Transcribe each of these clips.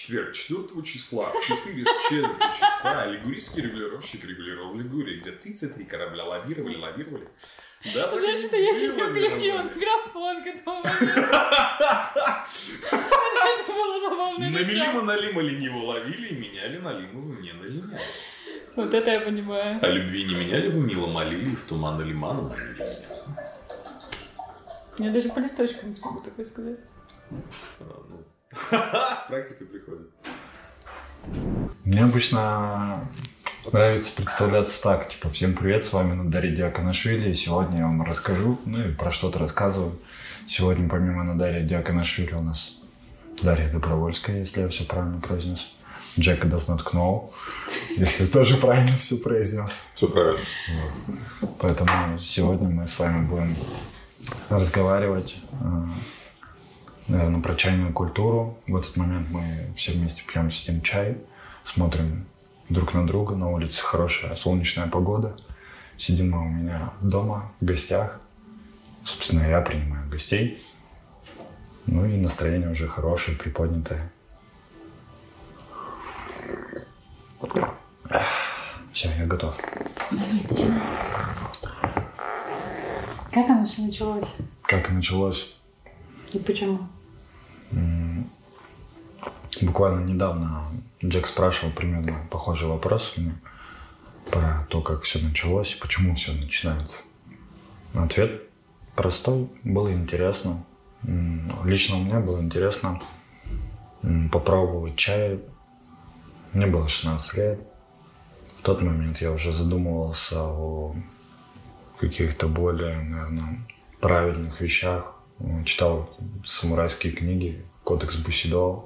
четверг, 4 числа, в 4 с четвертью часа лигурийский регулировщик регулировал Лигурии, где 33 корабля лавировали. Да, жаль, что я сейчас не включила микрофон к этому моменту. Это было забавное На начало. Мелима Налима лениво ловили и меняли Налиму в не налиняли. Вот это я понимаю. А любви не меняли вы мило молили, в туман лимана манили меня. Я даже по листочку не смогу такое сказать. С практикой приходит. Мне обычно нравится представляться так, типа, всем привет, с вами Надарий Диаконашвили, и сегодня я вам расскажу, и про что-то рассказываю. Сегодня помимо Надария Диаконашвили у нас Дарья Добровольская, если я все правильно произнес. Jack does not know, если тоже правильно все произнес. Все правильно. Вот. Поэтому сегодня мы с вами будем разговаривать, наверное, про чайную культуру. В этот момент мы все вместе пьем, сидим чай, смотрим друг на друга. На улице хорошая солнечная погода. Сидим мы у меня дома в гостях. Собственно, я принимаю гостей. Ну и настроение уже хорошее, приподнятое. Все, я готов. Как оно все началось? Как началось? И почему? Буквально недавно Джек спрашивал примерно похожий вопрос у меня про то, как все началось и почему все начинается. Ответ простой. Было интересно. Лично у меня было интересно попробовать чай. Мне было 16 лет. В тот момент я уже задумывался о каких-то более, наверное, правильных вещах. Читал самурайские книги, Кодекс Бусидо.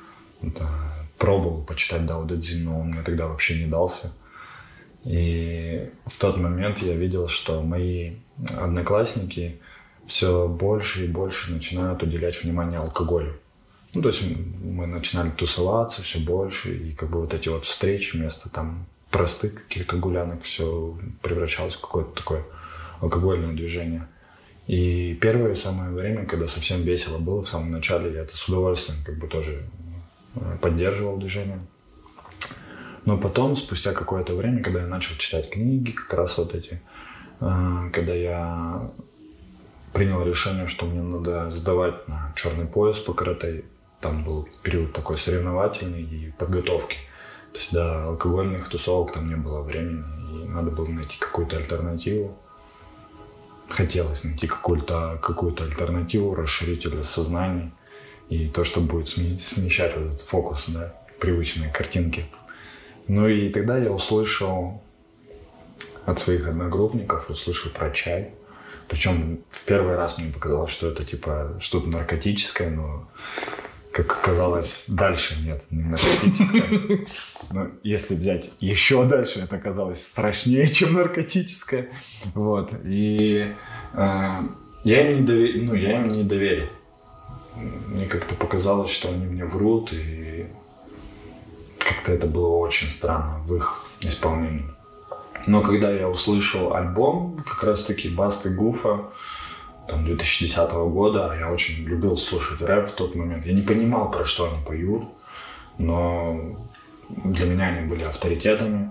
Пробовал почитать Дао Дэ Цзин, но он мне тогда вообще не дался. И в тот момент я видел, что мои одноклассники все больше и больше начинают уделять внимание алкоголю. Ну, то есть мы начинали тусоваться все больше, и как бы вот эти вот встречи вместо там простых каких-то гулянок все превращалось в какое-то такое алкогольное движение. И первое самое время, когда совсем весело было, в самом начале, я это с удовольствием как бы тоже поддерживал движение. Но потом, спустя какое-то время, когда я начал читать книги, как раз вот эти, когда я принял решение, что мне надо сдавать на черный пояс по карате, там был период такой соревновательный и подготовки. То есть до алкогольных тусовок там не было времени, и надо было найти какую-то альтернативу. Хотелось найти какую-то альтернативу, расширителя сознаний и то, что будет смещать вот этот фокус, да, привычные картинки. Ну и тогда я услышал от своих одногруппников, про чай. Причем в первый раз мне показалось, что это типа что-то наркотическое, но как оказалось, дальше нет, не наркотическое. Но если взять еще дальше, это оказалось страшнее, чем наркотическое. Вот. И я им не доверил. Мне как-то показалось, что они мне врут, и как-то это было очень странно в их исполнении. Но когда я услышал альбом, как раз-таки Басты Гуфа, там, 2010 года, я очень любил слушать рэп в тот момент. Я не понимал, про что они поют, но для меня они были авторитетами.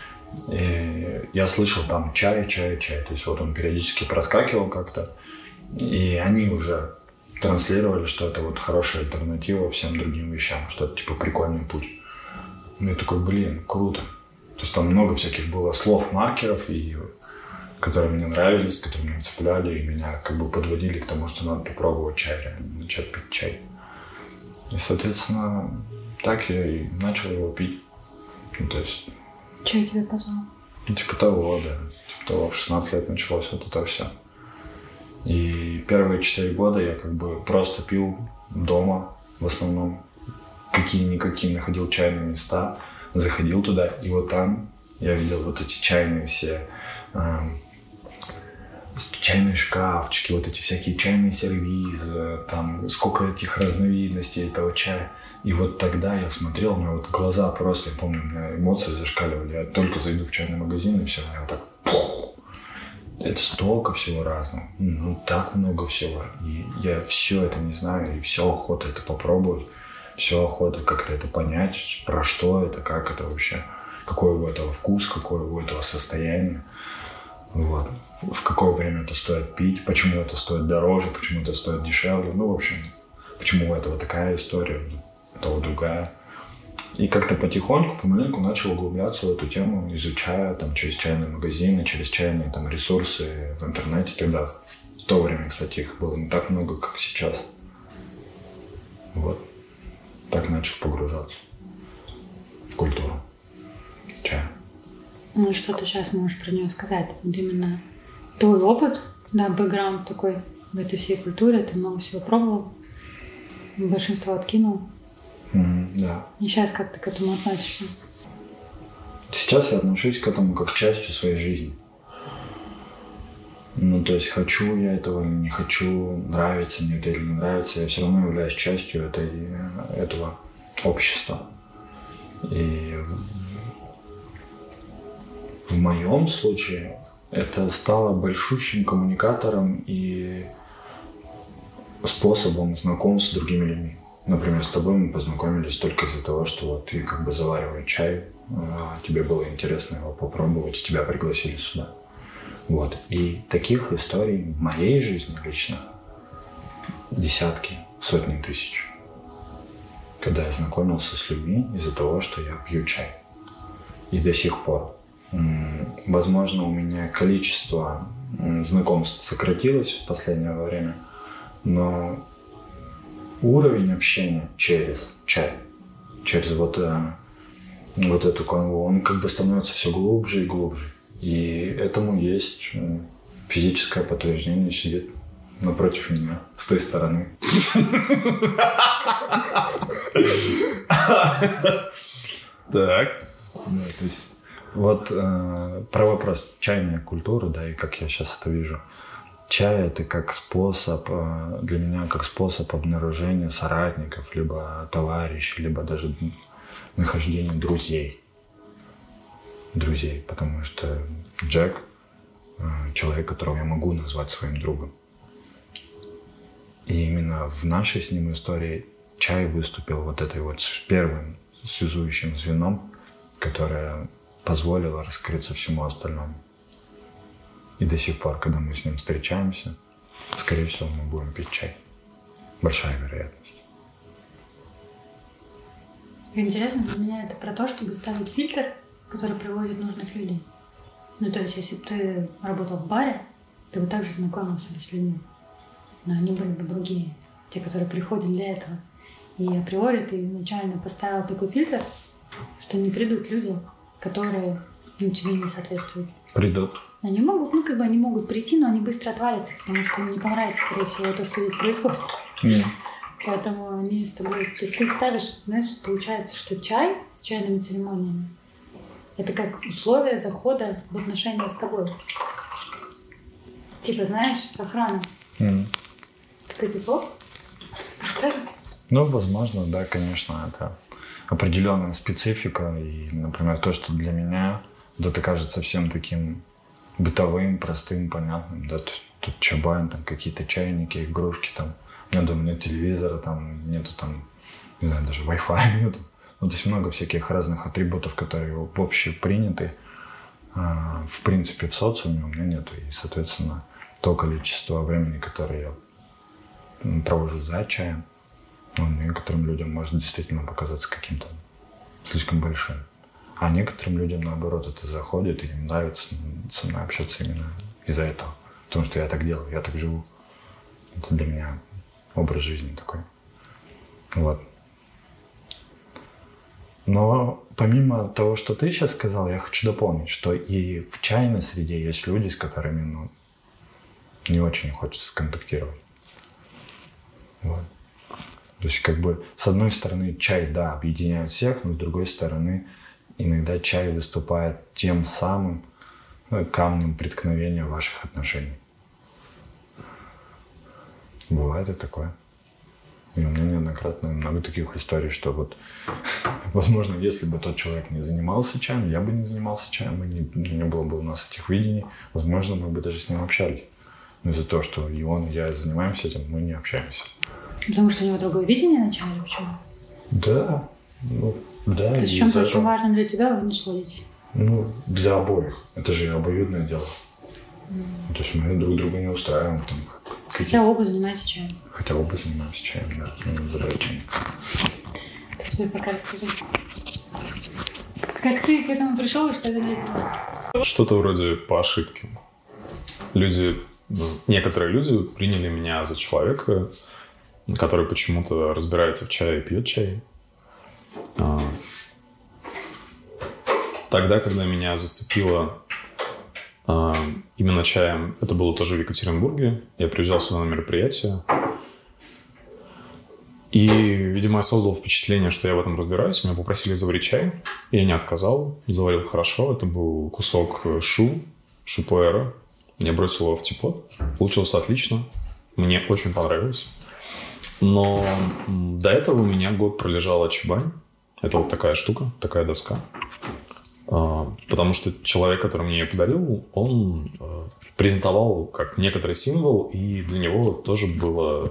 И я слышал там чай. То есть вот он периодически проскакивал как-то, и они уже транслировали, что это вот хорошая альтернатива всем другим вещам, что это типа прикольный путь. Я такой, круто. То есть там много всяких было слов, маркеров, и которые мне нравились, которые меня цепляли, и меня как бы подводили к тому, что надо попробовать чай, реально, начать пить чай. И, соответственно, так я и начал его пить. Ну, то есть... Чай тебя позвал? Типа того, да. Типа того, в 16 лет началось вот это все. И первые 4 года я как бы просто пил дома, в основном. Какие-никакие находил чайные места, заходил туда, и вот там я видел вот эти чайные все, чайные шкафчики, вот эти всякие чайные сервизы, там сколько этих разновидностей этого чая. И вот тогда я смотрел, у меня вот глаза просто, я помню, у меня эмоции зашкаливали. Я только зайду в чайный магазин, и все, у меня вот так... Это столько всего разного, ну так много всего. И я все это не знаю, и все охота это попробовать. все охота как-то это понять, про что это, как это вообще, какой у этого вкус, какое у этого состояние. Вот. В какое время это стоит пить, почему это стоит дороже, почему это стоит дешевле. Ну, в общем, почему у этого такая история, у того другая. И как-то потихоньку, помаленьку начал углубляться в эту тему, изучая там, через чайные магазины, через чайные там, ресурсы в интернете. Тогда, в то время, кстати, их было не так много, как сейчас. Вот. Так начал погружаться в культуру чая. Ну и что ты сейчас можешь про нее сказать? Вот именно твой опыт, да, бэкграунд такой в этой всей культуре, ты много всего пробовал, большинство откинул. Да. И сейчас как ты к этому относишься? Сейчас я отношусь к этому как к частью своей жизни. Ну, то есть, хочу я этого или не хочу, нравится мне это или не нравится, я все равно являюсь частью этого общества. И в моем случае это стало большущим коммуникатором и способом знакомств с другими людьми. Например, с тобой мы познакомились только из-за того, что вот ты как бы завариваешь чай, тебе было интересно его попробовать, и тебя пригласили сюда. Вот. И таких историй в моей жизни лично десятки, сотни тысяч. Когда я знакомился с людьми из-за того, что я пью чай. И до сих пор. Возможно, у меня количество знакомств сократилось в последнее время, но уровень общения через чай, через вот эту канву, он как бы становится все глубже и глубже. И этому есть физическое подтверждение, сидит напротив меня, с той стороны. Так. То есть вот про вопрос чайной культуры, да, и как я сейчас это вижу. Чай — это как способ, для меня как способ обнаружения соратников, либо товарищей, либо даже нахождения друзей. Потому что Джек — человек, которого я могу назвать своим другом. И именно в нашей с ним истории чай выступил вот этой вот первым связующим звеном, которое позволило раскрыться всему остальному. И до сих пор, когда мы с ним встречаемся, скорее всего, мы будем пить чай. Большая вероятность. Интересно для меня это про то, чтобы ставить фильтр, который приводит нужных людей. Ну, то есть, если бы ты работал в баре, ты бы также знакомился бы с людьми. Но они были бы другие, те, которые приходят для этого. И априори ты изначально поставил такой фильтр, что не придут люди, которые тебе не соответствуют. Придут. Они могут, они могут прийти, но они быстро отвалятся, потому что им не понравится, скорее всего, то, что здесь происходит. Поэтому они с тобой... То есть ты ставишь, знаешь, получается, что чай с чайными церемониями — это как условие захода в отношения с тобой. Типа, знаешь, охрана. Такой типа, поставь. Ну, возможно, да, конечно, это определенная специфика. И, например, то, что для меня это кажется всем таким бытовым, простым, понятным. Да, тут чабань, там какие-то чайники, игрушки, там. У меня дома нет телевизора, там нету там, не знаю, даже Wi-Fi нету. Ну, то есть много всяких разных атрибутов, которые общеприняты. В принципе, в социуме у меня нету. И, соответственно, то количество времени, которое я провожу за чаем, некоторым людям может действительно показаться каким-то слишком большим. А некоторым людям, наоборот, это заходит, и им нравится со мной общаться именно из-за этого. Потому что я так делаю, я так живу. Это для меня образ жизни такой. Вот. Но помимо того, что ты сейчас сказал, я хочу дополнить, что и в чайной среде есть люди, с которыми не очень хочется контактировать. Вот. То есть, как бы, с одной стороны, чай, да, объединяет всех, но с другой стороны, иногда чай выступает тем самым камнем преткновения ваших отношений. Бывает и такое. И у меня неоднократно много таких историй, что вот, возможно, если бы тот человек не занимался чаем, я бы не занимался чаем, и не было бы у нас этих видений, возможно, мы бы даже с ним общались. Но из-за того, что и он, и я занимаемся этим, мы не общаемся. Потому что у него другое видение на чае или почему? Да. Ну, да. То есть чем-то очень важно для тебя, вы не сходитесь. Ну, для обоих. Это же обоюдное дело. То есть мы друг друга не устраиваем. Там, хотя оба занимаетесь чаем. Хотя оба занимаемся чаем, да. Ну, забирай чайник. Ты теперь пока расскажи. Как ты к этому пришел и что это для тебя? Что-то вроде по ошибке. Некоторые люди приняли меня за человека, который почему-то разбирается в чае и пьет чай. Тогда, когда меня зацепило именно чаем, это было тоже в Екатеринбурге. Я приезжал сюда на мероприятие. И, видимо, я создал впечатление, что я в этом разбираюсь. Меня попросили заварить чай. Я не отказал. Заварил хорошо. Это был кусок шупуэра. Я бросил его в тепло. Получилось отлично. Мне очень понравилось. Но до этого у меня год пролежала чабань. Это вот такая штука, такая доска. Потому что человек, который мне ее подарил, он презентовал как некоторый символ. И для него тоже было...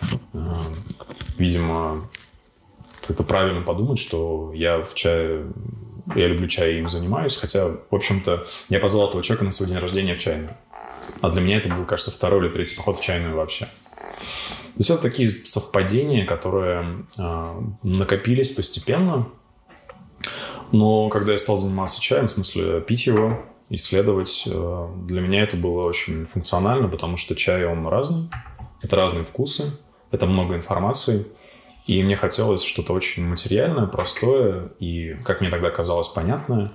видимо, как-то правильно подумать, что я люблю чай и им занимаюсь, хотя, в общем-то, я позвал этого человека на свой день рождения в чайную. А для меня это был, кажется, 2-й или 3-й поход в чайную вообще. То есть это такие совпадения, которые накопились постепенно. Но когда я стал заниматься чаем, в смысле пить его, исследовать, для меня это было очень функционально, потому что чай, он разный, это разные вкусы. Это много информации, и мне хотелось что-то очень материальное, простое и, как мне тогда казалось, понятное,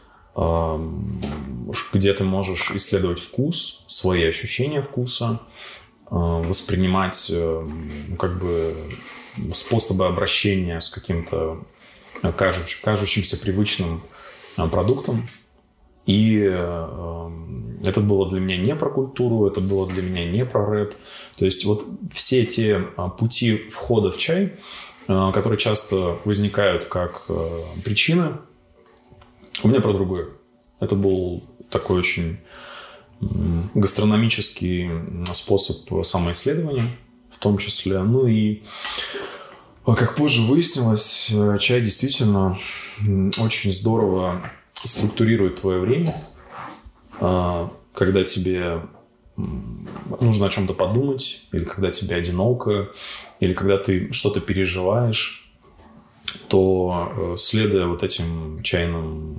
где ты можешь исследовать вкус, свои ощущения вкуса, воспринимать как бы способы обращения с каким-то кажущимся привычным продуктом. И это было для меня не про культуру, это было для меня не про рэп. То есть вот все те пути входа в чай, которые часто возникают как причины, у меня про другое. Это был такой очень гастрономический способ самоисследования в том числе. Ну и, как позже выяснилось, чай действительно очень здорово структурирует твое время, когда тебе нужно о чем-то подумать, или когда тебе одиноко, или когда ты что-то переживаешь, то, следуя вот этим чайным,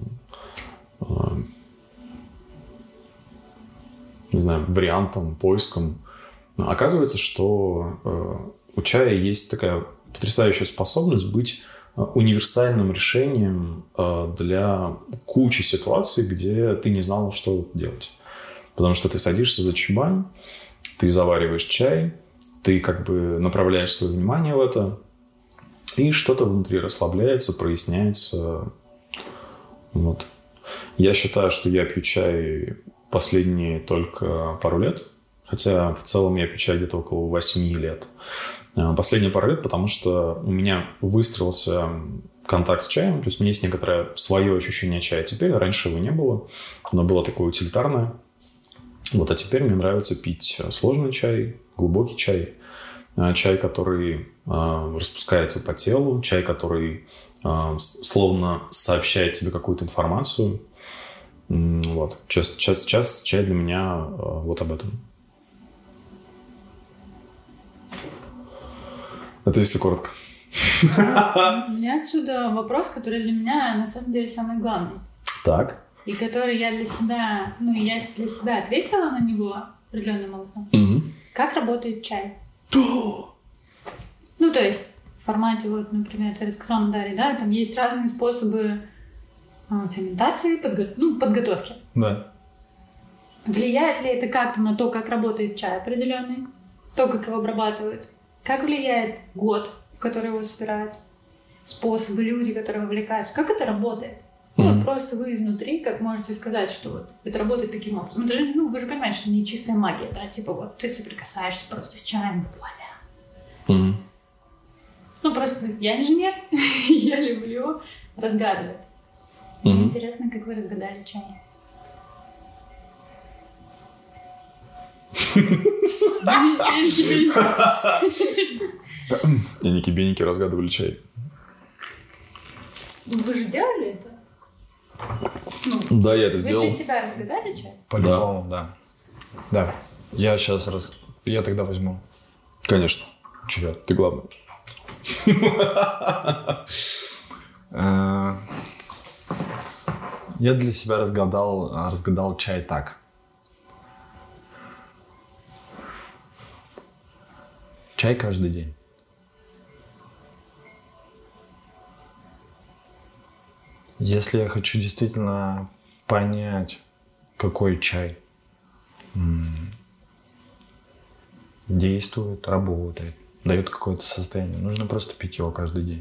не знаю, вариантам, поискам, оказывается, что у чая есть такая потрясающая способность быть универсальным решением для кучи ситуаций, где ты не знал, что делать. Потому что ты садишься за чабань, ты завариваешь чай, ты как бы направляешь свое внимание в это, и что-то внутри расслабляется, проясняется. Вот. Я считаю, что я пью чай последние только пару лет, хотя в целом я пью чай где-то около 8 лет. Последние пару лет, потому что у меня выстроился контакт с чаем, то есть у меня есть некоторое свое ощущение чая теперь, раньше его не было, оно было такое утилитарное. Вот, а теперь мне нравится пить сложный чай, глубокий чай, чай, который распускается по телу, чай, который словно сообщает тебе какую-то информацию. Вот. Сейчас чай для меня вот об этом. Это если коротко. У меня отсюда вопрос, который для меня на самом деле самый главный. Так. И который я для себя, я для себя ответила на него определенным образом. Угу. Как работает чай? То есть в формате, вот, например, ты рассказал на Дарье, да, там есть разные способы ферментации, подготовки. Да. Влияет ли это как-то на то, как работает чай определенный, то, как его обрабатывают? Как влияет год, в который его собирают? Способы, люди, которые вовлекаются? Как это работает? Вот просто вы изнутри, как можете сказать, что вот это работает таким образом. Это же, вы же понимаете, что не чистая магия, да? Типа вот ты соприкасаешься просто с чаем, вуаля. Просто я инженер, я люблю разгадывать. Мне интересно, как вы разгадали чай. Эники-беники разгадывали чай. Вы же делали это? Да, я это Вы сделал. для себя разгадали чай? По-любому, да. Да. Я сейчас Я тогда возьму Конечно. черед. Ты главный. Я для себя разгадал чай так. Чай каждый день. Если я хочу действительно понять, какой чай действует, работает, дает какое-то состояние, нужно просто пить его каждый день.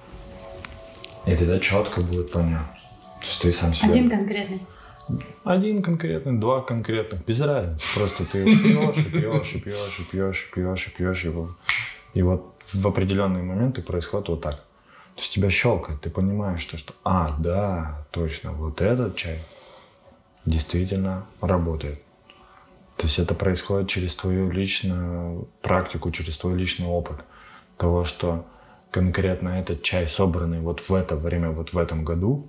И тогда четко будет понятно. То есть ты сам себя... Один конкретный. 1 конкретный, 2 конкретных, без разницы. Просто ты его пьешь, и пьешь, и пьешь, и пьешь, и пьешь, и пьешь его. И вот в определенные моменты происходит вот так. То есть тебя щелкает, ты понимаешь, что да, точно, вот этот чай действительно работает. То есть это происходит через твою личную практику, через твой личный опыт того, что конкретно этот чай, собранный вот в это время, вот в этом году,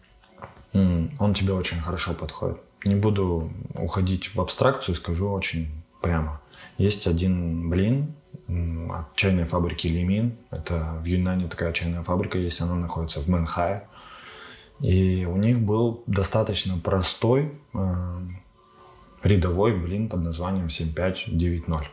он тебе очень хорошо подходит. Не буду уходить в абстракцию, скажу очень прямо. Есть один блин от чайной фабрики Лимин. Это в Юнане такая чайная фабрика есть, она находится в Мэнхае. И у них был достаточно простой рядовой блин под названием 7590.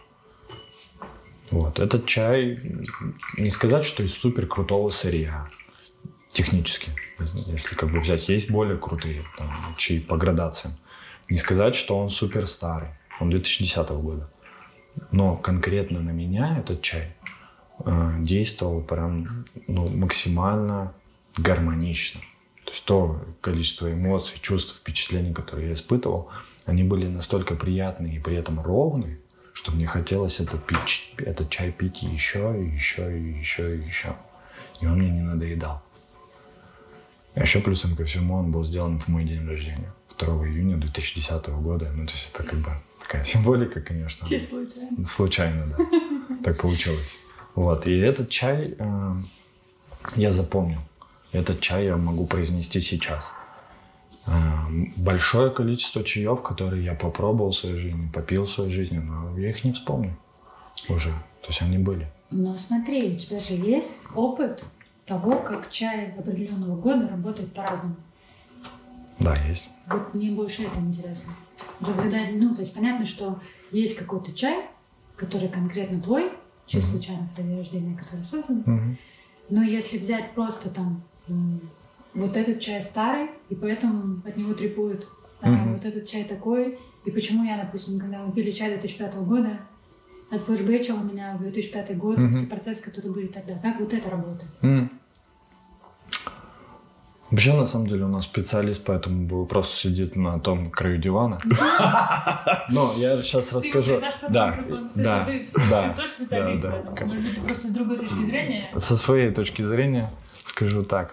Вот. Этот чай, не сказать, что из супер крутого сырья, технически, если как бы взять, есть более крутые там, чаи по градациям. Не сказать, что он супер старый, он 2010 года. Но конкретно на меня этот чай действовал прям максимально гармонично. То есть то количество эмоций, чувств, впечатлений, которые я испытывал, они были настолько приятные и при этом ровные, что мне хотелось этот чай пить еще, и еще, и еще, и еще. И он мне не надоедал. А еще плюсом ко всему он был сделан в мой день рождения. 2 июня 2010 года. Ну, то есть это как бы такая символика, конечно. Чисто случайно. Случайно, да. Так получилось. Вот. И этот чай я запомнил. Этот чай я могу произнести сейчас. Большое количество чаев, которые я попробовал в своей жизни, попил в своей жизни, но я их не вспомню уже. То есть они были. Но смотри, у тебя же есть опыт того, как чай определенного года работает по-разному. Да, есть. Вот мне больше это интересно. Разгадать, то есть понятно, что есть какой-то чай, который конкретно твой, чисто случайно в день рождения, который создан. Но если взять просто там вот этот чай старый, и поэтому от него трипуют, вот этот чай такой, и почему я, допустим, когда мы пили чай 2005 года, от флешбэча у меня в 2005 год, те процессы, которые были тогда. Как вот это работает? Вообще, на самом деле, у нас специалист по этому вопросу сидит на том краю дивана. Но я сейчас расскажу. Ты тоже специалист в этом? Может быть, ты просто с другой точки зрения? Со своей точки зрения скажу так.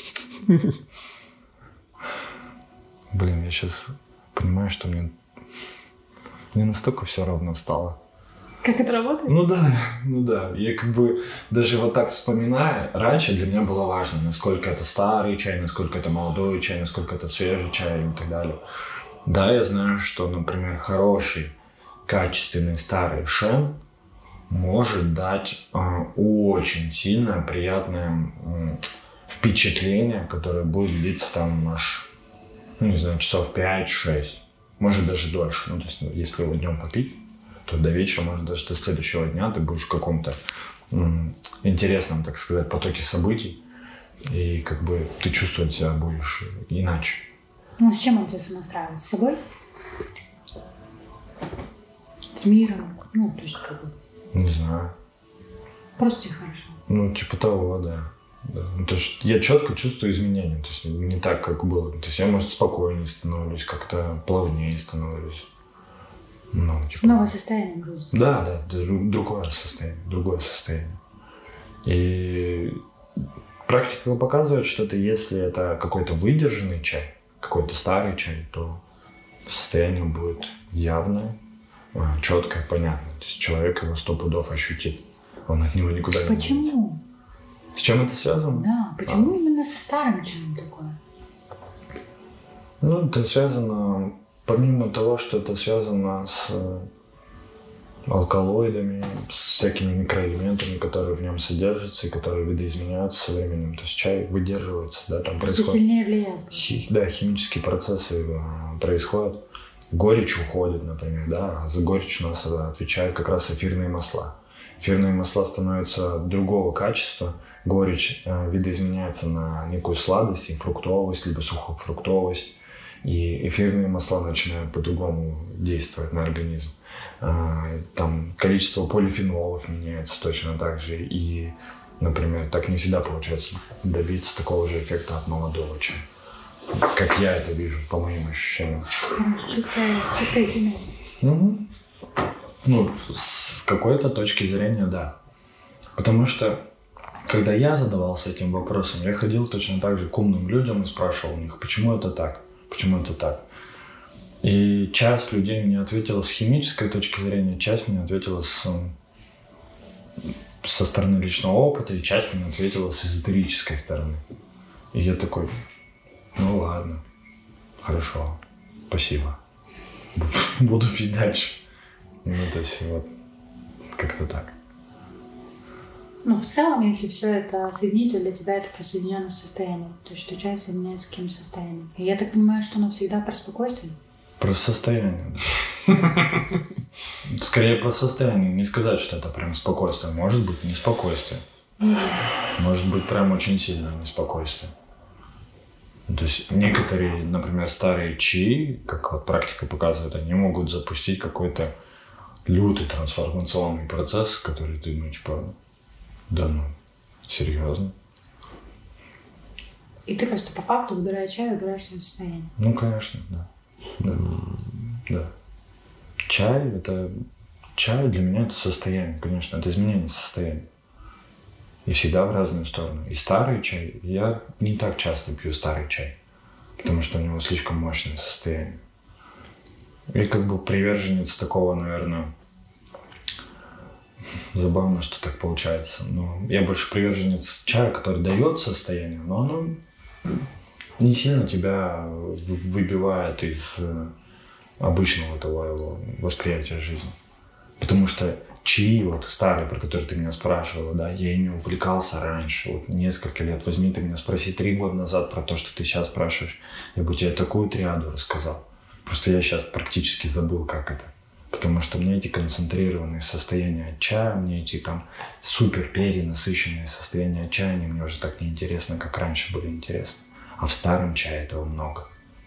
Блин, я сейчас понимаю, что мне не настолько все равно стало. Как это работает? Ну да. Я как бы даже вот так вспоминая, раньше для меня было важно, насколько это старый чай, насколько это молодой чай, насколько это свежий чай и так далее. Да, я знаю, что, например, хороший, качественный старый шен может дать очень сильное, приятное впечатление, которое будет длиться там аж, часов 5-6, может даже дольше. То есть, если его днем попить, то до вечера, может, даже до следующего дня ты будешь в каком-то интересном, так сказать, потоке событий. И как бы ты чувствовать себя будешь иначе. С чем он тебя сонастраивает? С собой? С миром? То есть как бы... Не знаю. Просто тебе хорошо. Типа того, да. То есть я четко чувствую изменения. То есть не так, как было. То есть я, может, спокойнее становлюсь, как-то плавнее становлюсь. Новое состояние грузит. Да, другое состояние. И практика показывает, что если это какой-то выдержанный чай, какой-то старый чай, то состояние будет явное, четкое, понятное. То есть человек его 100 пудов ощутит. Он от него никуда не денется. Почему? С чем это связано? Да, почему именно со старым чаем такое? Ну, это связано, помимо того, что это связано с алкалоидами, с всякими микроэлементами, которые в нем содержатся и которые видоизменяются со временем. То есть чай выдерживается, да, там происходит... сильнее влияет. Да, химические процессы происходят. Горечь уходит, например, да, а за горечь у нас отвечают как раз эфирные масла. Эфирные масла становятся другого качества, горечь видоизменяется на некую сладость и фруктовость, либо сухофруктовость, и эфирные масла начинают по-другому действовать на организм. Там количество полифенолов меняется точно так же, и, например, так не всегда получается добиться такого же эффекта от молодого чая, как я это вижу, по моим ощущениям. Чистая химия. Угу. Ну, с какой-то точки зрения, да. Потому что, когда я задавался этим вопросом, я ходил точно так же к умным людям и спрашивал у них, почему это так, почему это так. И часть людей мне ответила с химической точки зрения, часть мне ответила со стороны личного опыта, и часть мне ответила с эзотерической стороны. И я такой, ну ладно, хорошо, спасибо, буду пить дальше. Ну, то есть вот как-то так. Ну, в целом, если все это соединить, то для тебя это про соединенное состояние. То есть, что чай соединяется с каким состоянием. И я так понимаю, что оно всегда про спокойствие? Про состояние. Скорее про состояние. Не сказать, что это прям спокойствие. Может быть, неспокойствие. Может быть, прям очень сильное неспокойствие. То есть некоторые, например, старые чаи, как вот практика показывает, они могут запустить какой-то лютый трансформационный процесс, который ты, ну, типа, да ну, серьезно. И ты просто по факту, выбирая чай, выбираешь свое состояние. Ну, конечно, да. Да. Чай для меня это состояние, конечно, это изменение состояния. И всегда в разную сторону. И старый чай, я не так часто пью старый чай, потому что у него слишком мощное состояние. И как бы приверженец такого, наверное, забавно, что так получается. Но я больше приверженец чая, который дает состояние, но оно не сильно тебя выбивает из обычного твоего восприятия жизни. Потому что чаи, вот старые, про которые ты меня спрашивала, да, я ими увлекался раньше, вот несколько лет. Возьми, ты меня спроси 3 года назад про то, что ты сейчас спрашиваешь. Я бы тебе такую триаду рассказал. Просто я сейчас практически забыл, как это. Потому что мне эти концентрированные состояния от чая, мне эти там супер перенасыщенные состояния от чая, они мне уже так неинтересны, как раньше были интересны. А в старом чае этого много.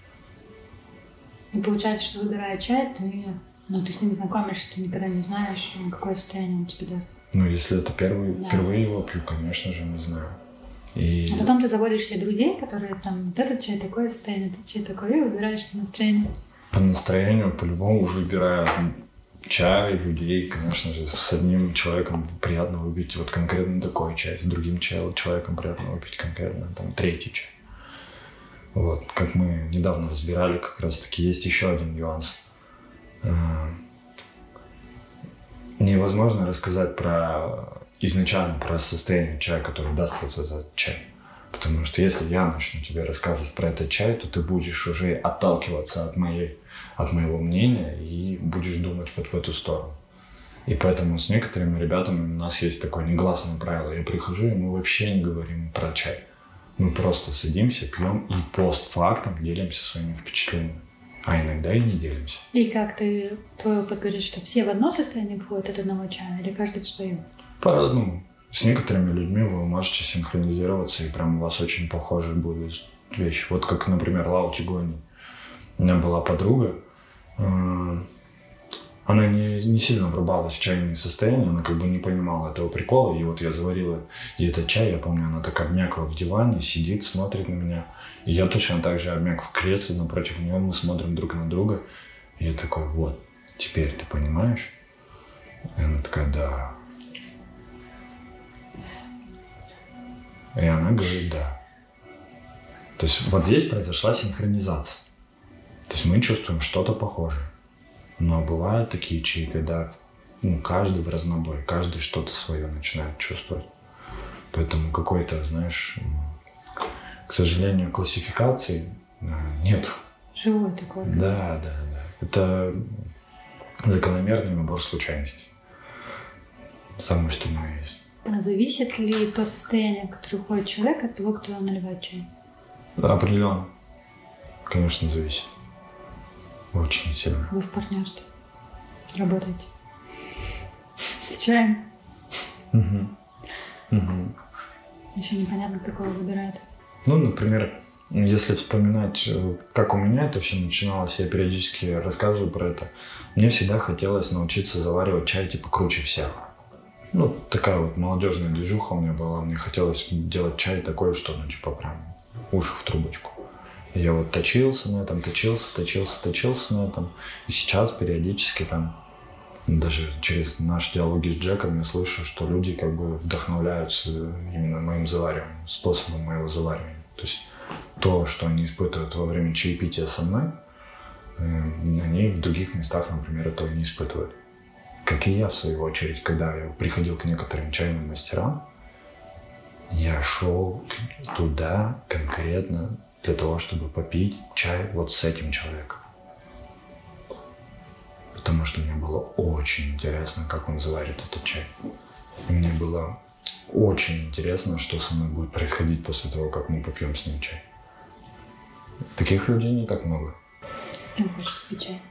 И получается, что выбирая чай, ты с ним знакомишься, ты никогда не знаешь, какое состояние он тебе даст. Ну, если это впервые его пью, конечно же, не знаю. А потом ты заводишь себе друзей, которые там, вот этот чай такое состояние, этот чай такое, и выбираешь по настроению. По настроению по-любому выбираю чай, людей, конечно же, с одним человеком приятно выпить вот конкретно такой чай, с другим человеком приятно выпить конкретно там третий чай. Вот, как мы недавно разбирали, как раз таки есть еще один нюанс. Невозможно рассказать изначально про состояние чая, который даст вот этот чай. Потому что если я начну тебе рассказывать про этот чай, то ты будешь уже отталкиваться от моего мнения и будешь думать вот в эту сторону. И поэтому с некоторыми ребятами у нас есть такое негласное правило. Я прихожу, и мы вообще не говорим про чай. Мы просто садимся, пьем и постфактум делимся своими впечатлениями. А иногда и не делимся. И как твой опыт говорит, что все в одно состояние входят от одного чая, или каждый в свое? По-разному. С некоторыми людьми вы можете синхронизироваться, и прям у вас очень похожие будут вещи. Вот как, например, Лао Тигони. У меня была подруга, она не сильно врубалась в чайные состояния, она как бы не понимала этого прикола. И вот я заварила ей этот чай, я помню, она так обмякла в диване, сидит, смотрит на меня. И я точно так же обмяк в кресле напротив нее, мы смотрим друг на друга. И я такой, вот, теперь ты понимаешь? И она такая, да. И она говорит, да. То есть вот здесь произошла синхронизация. То есть мы чувствуем что-то похожее. Но бывают такие чаи, когда каждый в разнобой, каждый что-то свое начинает чувствовать. Поэтому какой-то, знаешь, к сожалению, классификации нет. Живой такой. Да. Это закономерный набор случайностей. Самое, что у меня есть. А зависит ли то состояние, в которое уходит человек, от того, кто наливает чай? Да, определенно. Конечно, зависит. Очень сильно. Вы в партнерстве работаете с чаем? Еще непонятно, какого выбирает. Ну, например, если вспоминать, как у меня это все начиналось, я периодически рассказываю про это. Мне всегда хотелось научиться заваривать чай типа круче всех. Ну, такая вот молодежная движуха у меня была. Мне хотелось делать чай такой, что, ну, типа, прям уши в трубочку. И я вот точился на этом, точился на этом. И сейчас периодически там, даже через наши диалоги с Джеком я слышу, что люди как бы вдохновляются именно моим завариванием, способом моего заваривания. То есть то, что они испытывают во время чаепития со мной, они в других местах, например, этого не испытывают. Как и я, в свою очередь, когда я приходил к некоторым чайным мастерам, я шел туда конкретно для того, чтобы попить чай вот с этим человеком. Потому что мне было очень интересно, как он заварит этот чай. И мне было очень интересно, что со мной будет происходить после того, как мы попьем с ним чай. Таких людей не так много. С кем хочешь пить чай?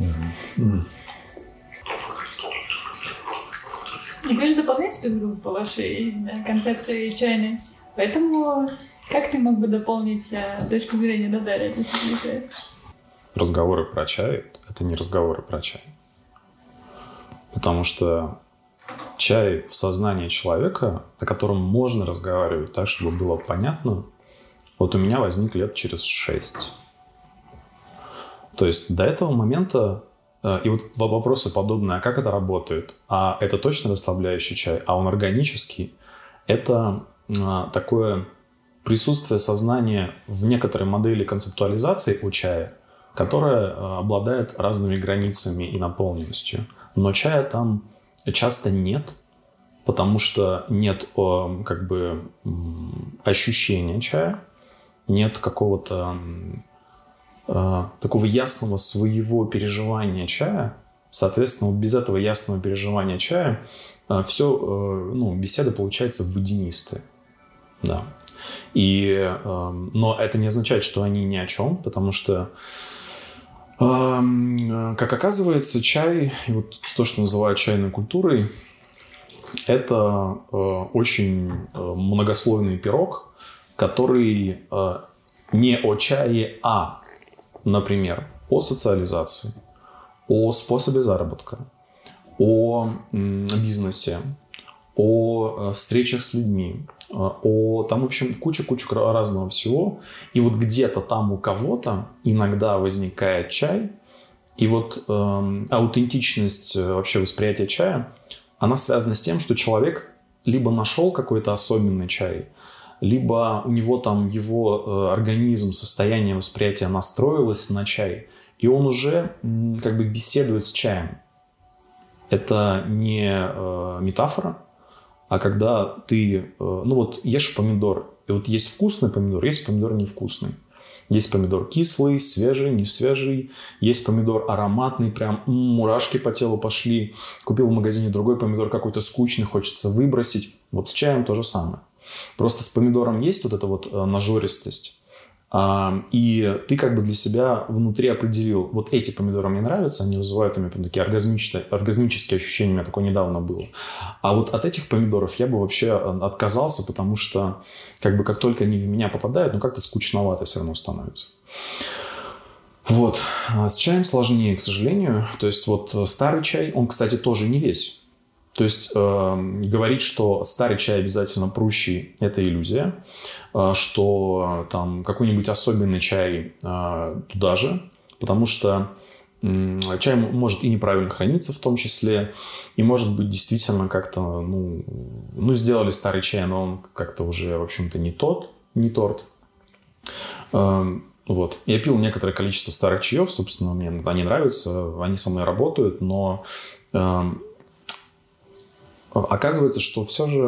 И вы же дополняете друг друга по вашей концепции чайной. Поэтому как ты мог бы дополнить точку зрения Дадари? Разговоры про чай – это не разговоры про чай. Потому что чай в сознании человека, о котором можно разговаривать так, чтобы было понятно, вот у меня возник лет через 6. То есть до этого момента, и вот вопросы подобные, а как это работает? А это точно расслабляющий чай? А он органический? Это такое присутствие сознания в некоторой модели концептуализации у чая, которая обладает разными границами и наполненностью. Но чая там часто нет, потому что нет как бы ощущения чая, нет какого-то такого ясного своего переживания чая. Соответственно, вот без этого ясного переживания чая все, беседа получается водянистая. Да. Но это не означает, что они ни о чем, потому что, как оказывается, чай, и вот то, что называют чайной культурой, это очень многослойный пирог, который не о чае, а, например, о социализации, о способе заработка, о бизнесе, о встречах с людьми, там, в общем, куча разного всего. И вот где-то там у кого-то иногда возникает чай, и вот аутентичность вообще восприятия чая, она связана с тем, что человек либо нашел какой-то особенный чай, либо у него там его организм, состояние восприятия настроилось на чай, и он уже как бы беседует с чаем. Это не метафора, а когда ты, ешь помидор, и вот есть вкусный помидор, есть помидор невкусный. Есть помидор кислый, свежий, не свежий. Есть помидор ароматный, прям мурашки по телу пошли. Купил в магазине другой помидор какой-то скучный, хочется выбросить. Вот с чаем то же самое. Просто с помидором есть вот эта вот нажористость. И ты как бы для себя внутри определил, вот эти помидоры мне нравятся, они вызывают у меня такие оргазмические ощущения, у меня такое недавно было. А вот от этих помидоров я бы вообще отказался, потому что как только они в меня попадают, как-то скучновато все равно становится. Вот. С чаем сложнее, к сожалению. То есть вот старый чай, он, кстати, тоже не весь. То есть говорить, что старый чай обязательно прущий, это иллюзия. Что там какой-нибудь особенный чай туда же. Потому что чай может и неправильно храниться в том числе. И может быть действительно как-то, сделали старый чай, но он как-то уже, в общем-то, не торт. Вот. Я пил некоторое количество старых чаев, собственно, мне они нравятся, они со мной работают, но оказывается, что все же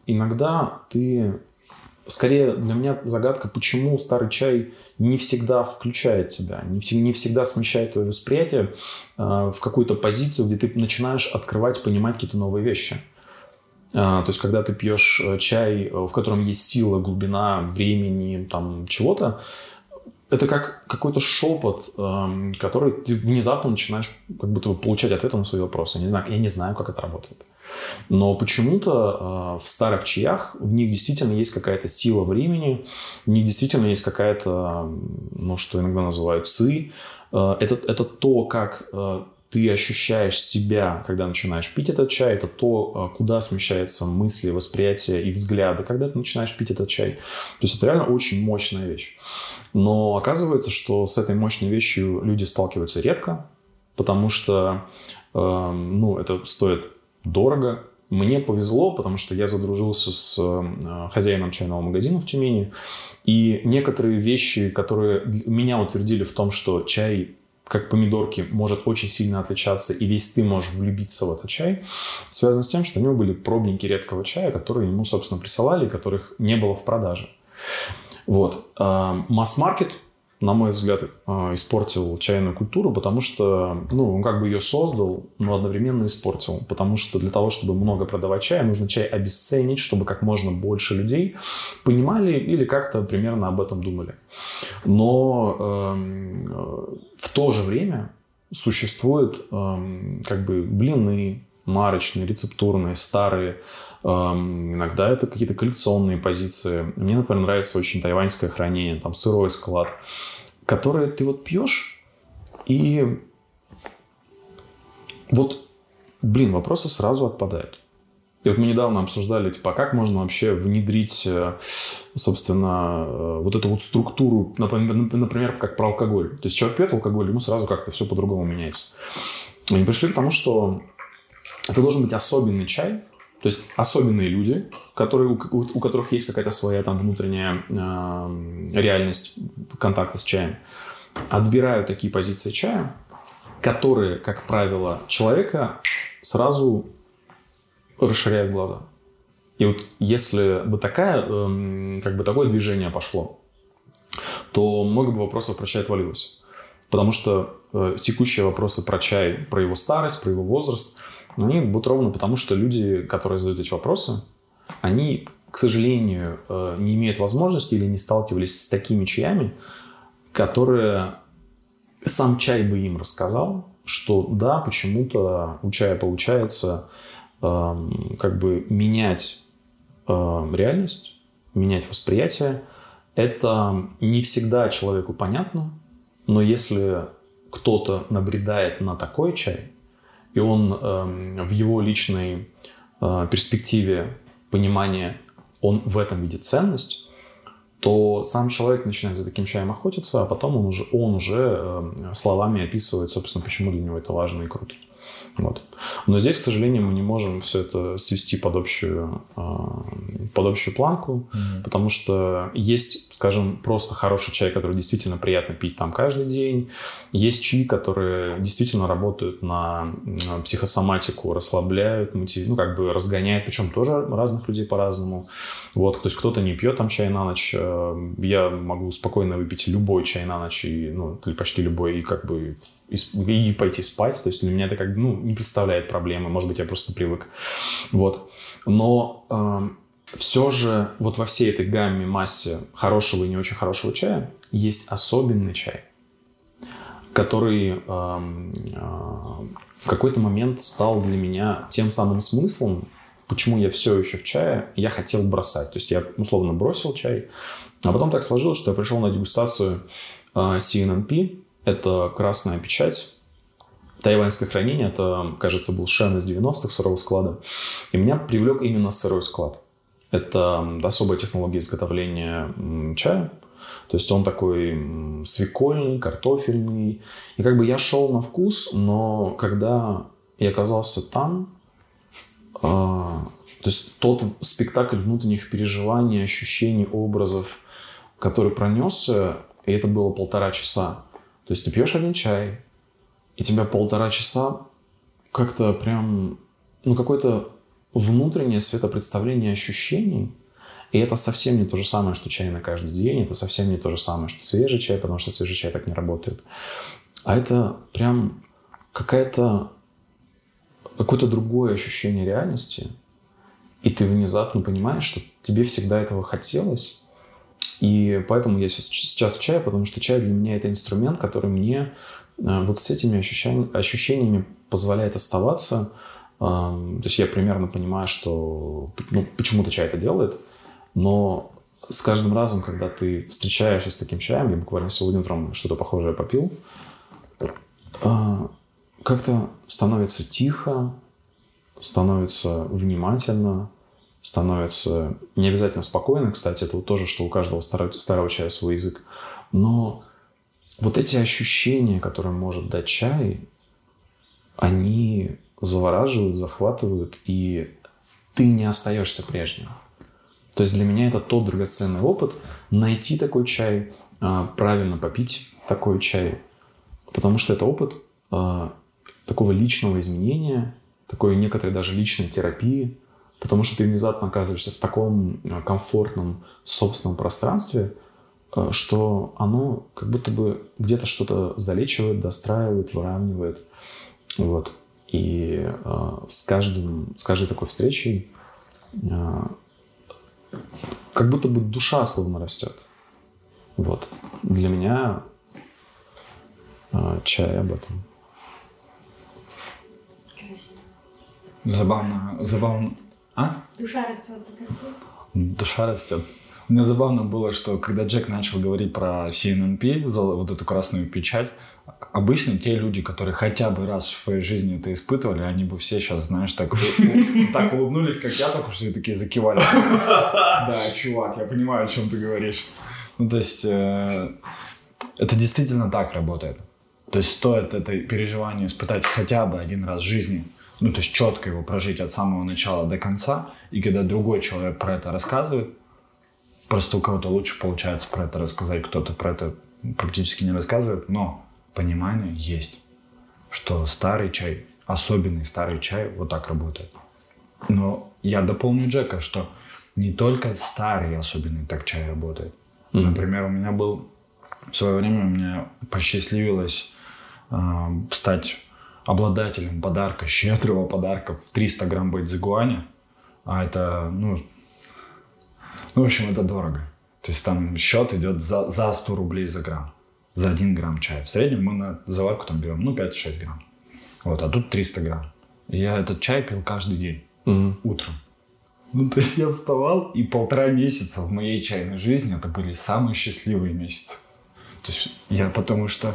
иногда ты... Скорее, для меня загадка, почему старый чай не всегда включает тебя, не всегда смещает твое восприятие в какую-то позицию, где ты начинаешь открывать, понимать какие-то новые вещи. То есть, когда ты пьешь чай, в котором есть сила, глубина, времени, там, чего-то, это как какой-то шепот, который ты внезапно начинаешь как будто бы получать ответы на свои вопросы. Я не знаю, как это работает. Но почему-то в старых чаях в них действительно есть какая-то сила времени, в них действительно есть какая-то, что иногда называют ци. Это то, как ты ощущаешь себя, когда начинаешь пить этот чай. Это то, куда смещаются мысли, восприятия и взгляды, когда ты начинаешь пить этот чай. То есть это реально очень мощная вещь. Но оказывается, что с этой мощной вещью люди сталкиваются редко, потому что это стоит дорого. Мне повезло, потому что я задружился с хозяином чайного магазина в Тюмени. И некоторые вещи, которые меня утвердили в том, что чай, как помидорки, может очень сильно отличаться, и весь ты можешь влюбиться в этот чай, связано с тем, что у него были пробники редкого чая, которые ему, собственно, присылали, которых не было в продаже. Вот. Масс-маркет, на мой взгляд, испортил чайную культуру, потому что, он как бы ее создал, но одновременно испортил. Потому что для того, чтобы много продавать чая, нужно чай обесценить, чтобы как можно больше людей понимали или как-то примерно об этом думали. Но в то же время существуют блины марочные, рецептурные, старые. Иногда это какие-то коллекционные позиции. Мне, например, нравится очень тайваньское хранение, там сырой склад, который ты пьешь, и вопросы сразу отпадают. И мы недавно обсуждали, как можно вообще внедрить, собственно, эту структуру, например, как про алкоголь. То есть человек пьет алкоголь, ему сразу как-то все по-другому меняется. И мы пришли к тому, что это должен быть особенный чай. То есть особенные люди, у которых есть какая-то своя там внутренняя реальность контакта с чаем, отбирают такие позиции чая, которые, как правило, человека сразу расширяют глаза. И если бы такое движение пошло, то много бы вопросов про чай отвалилось. Потому что текущие вопросы про чай, про его старость, про его возраст, они будут ровно потому, что люди, которые задают эти вопросы, они, к сожалению, не имеют возможности или не сталкивались с такими чаями, которые сам чай бы им рассказал, что да, почему-то у чая получается менять реальность, менять восприятие. Это не всегда человеку понятно, но если кто-то набредает на такой чай, и он в его личной перспективе понимания, он в этом видит ценность, то сам человек начинает за таким чаем охотиться, а потом он уже словами описывает, собственно, почему для него это важно и круто. Вот. Но здесь, к сожалению, мы не можем все это свести под общую планку, потому что есть, скажем, просто хороший чай, который действительно приятно пить там каждый день. Есть чаи, которые действительно работают на психосоматику, расслабляют, разгоняют, причем тоже разных людей по-разному. Вот, то есть кто-то не пьет там чай на ночь. Я могу спокойно выпить любой чай на ночь, или почти любой, и пойти спать. То есть для меня это не представляет проблемы. Может быть, я просто привык. Вот. Но все же во всей этой гамме, массе хорошего и не очень хорошего чая есть особенный чай, который в какой-то момент стал для меня тем самым смыслом, почему я все еще в чае, я хотел бросать. То есть я условно бросил чай, а потом так сложилось, что я пришел на дегустацию CNNP. Это красная печать, тайваньское хранение. Это, кажется, был Шен из 90-х, сырого склада. И меня привлек именно сырой склад. Это особая технология изготовления чая. То есть он такой свекольный, картофельный. И я шел на вкус, но когда я оказался там, то есть тот спектакль внутренних переживаний, ощущений, образов, который пронесся, и это было 1,5 часа. То есть ты пьешь один чай, и тебя 1,5 часа как-то прям, какой-то внутреннее светопредставление ощущений. И это совсем не то же самое, что чай на каждый день. Это совсем не то же самое, что свежий чай, потому что свежий чай так не работает. А это прям какое-то другое ощущение реальности. И ты внезапно понимаешь, что тебе всегда этого хотелось. И поэтому я сейчас в чае, потому что чай для меня это инструмент, который мне вот с этими ощущениями позволяет оставаться. То есть я примерно понимаю, что почему-то чай это делает. Но с каждым разом, когда ты встречаешься с таким чаем, я буквально сегодня утром что-то похожее попил, как-то становится тихо, становится внимательно, становится не обязательно спокойно. Кстати, это вот тоже, что у каждого старого чая свой язык. Но вот эти ощущения, которые может дать чай, они завораживают, захватывают, и ты не остаешься прежним. То есть для меня это тот драгоценный опыт найти такой чай, правильно попить такой чай, потому что это опыт такого личного изменения, такой некоторой даже личной терапии, потому что ты внезапно оказываешься в таком комфортном собственном пространстве, что оно как будто бы где-то что-то залечивает, достраивает, выравнивает. Вот. И с каждой такой встречей как будто бы душа словно растет. Вот. Для меня чай об этом. Красиво. Забавно. А? Душа растет, так красиво. Душа растет. Мне забавно было, что когда Джек начал говорить про CNNP, вот эту красную печать, обычно те люди, которые хотя бы раз в своей жизни это испытывали, они бы все сейчас, знаешь, так улыбнулись, как я, только что и такие закивали. Да, чувак, я понимаю, о чем ты говоришь. Ну, то есть, это действительно так работает. То есть, стоит это переживание испытать хотя бы один раз в жизни, ну, то есть, четко его прожить от самого начала до конца, и когда другой человек про это рассказывает, просто у кого-то лучше получается про это рассказать, кто-то про это практически не рассказывает, но понимание есть, что старый чай, особенный старый чай, вот так работает. Но я дополню Джека, что не только старый особенный так чай работает. Например, у меня был в свое время, мне посчастливилось стать обладателем подарка, щедрого подарка в 300 грамм бэйцзигуаня, а это, в общем, это дорого. То есть там счет идет за 100 рублей за грамм. За 1 грамм чая. В среднем мы на заварку там берем, 5-6 грамм. Вот, а тут 300 грамм. И я этот чай пил каждый день. Утром. То есть я вставал, и 1,5 месяца в моей чайной жизни это были самые счастливые месяцы. То есть я потому что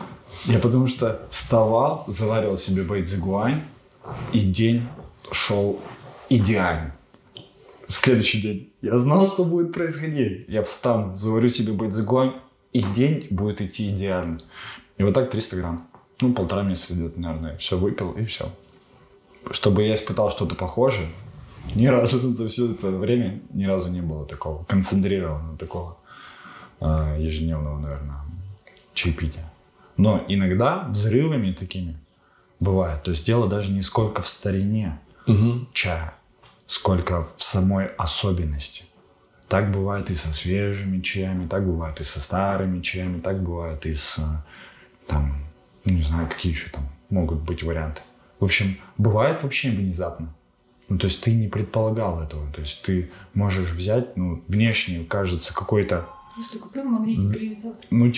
вставал, заваривал себе бэйцзигуань, и день шел идеально. Следующий день. Я знал, что будет происходить. Я встану, заварю себе бэйцзигуань, и день будет идти идеально. И вот так 300 грамм. 1,5 месяца идет, наверное. Все выпил, и все. Чтобы я испытал что-то похожее, ни разу за все это время ни разу не было такого концентрированного, такого ежедневного, наверное, чаепития. Но иногда взрывами такими бывает. То есть дело даже не сколько в старине чая, сколько в самой особенности. Так бывает и со свежими чаями, так бывает и со старыми чаями, так бывает и с, не знаю, какие еще там могут быть варианты. В общем, бывает вообще внезапно. То есть ты не предполагал этого. То есть ты можешь взять, внешне кажется какой-то... Просто купил в магните Гринфилд.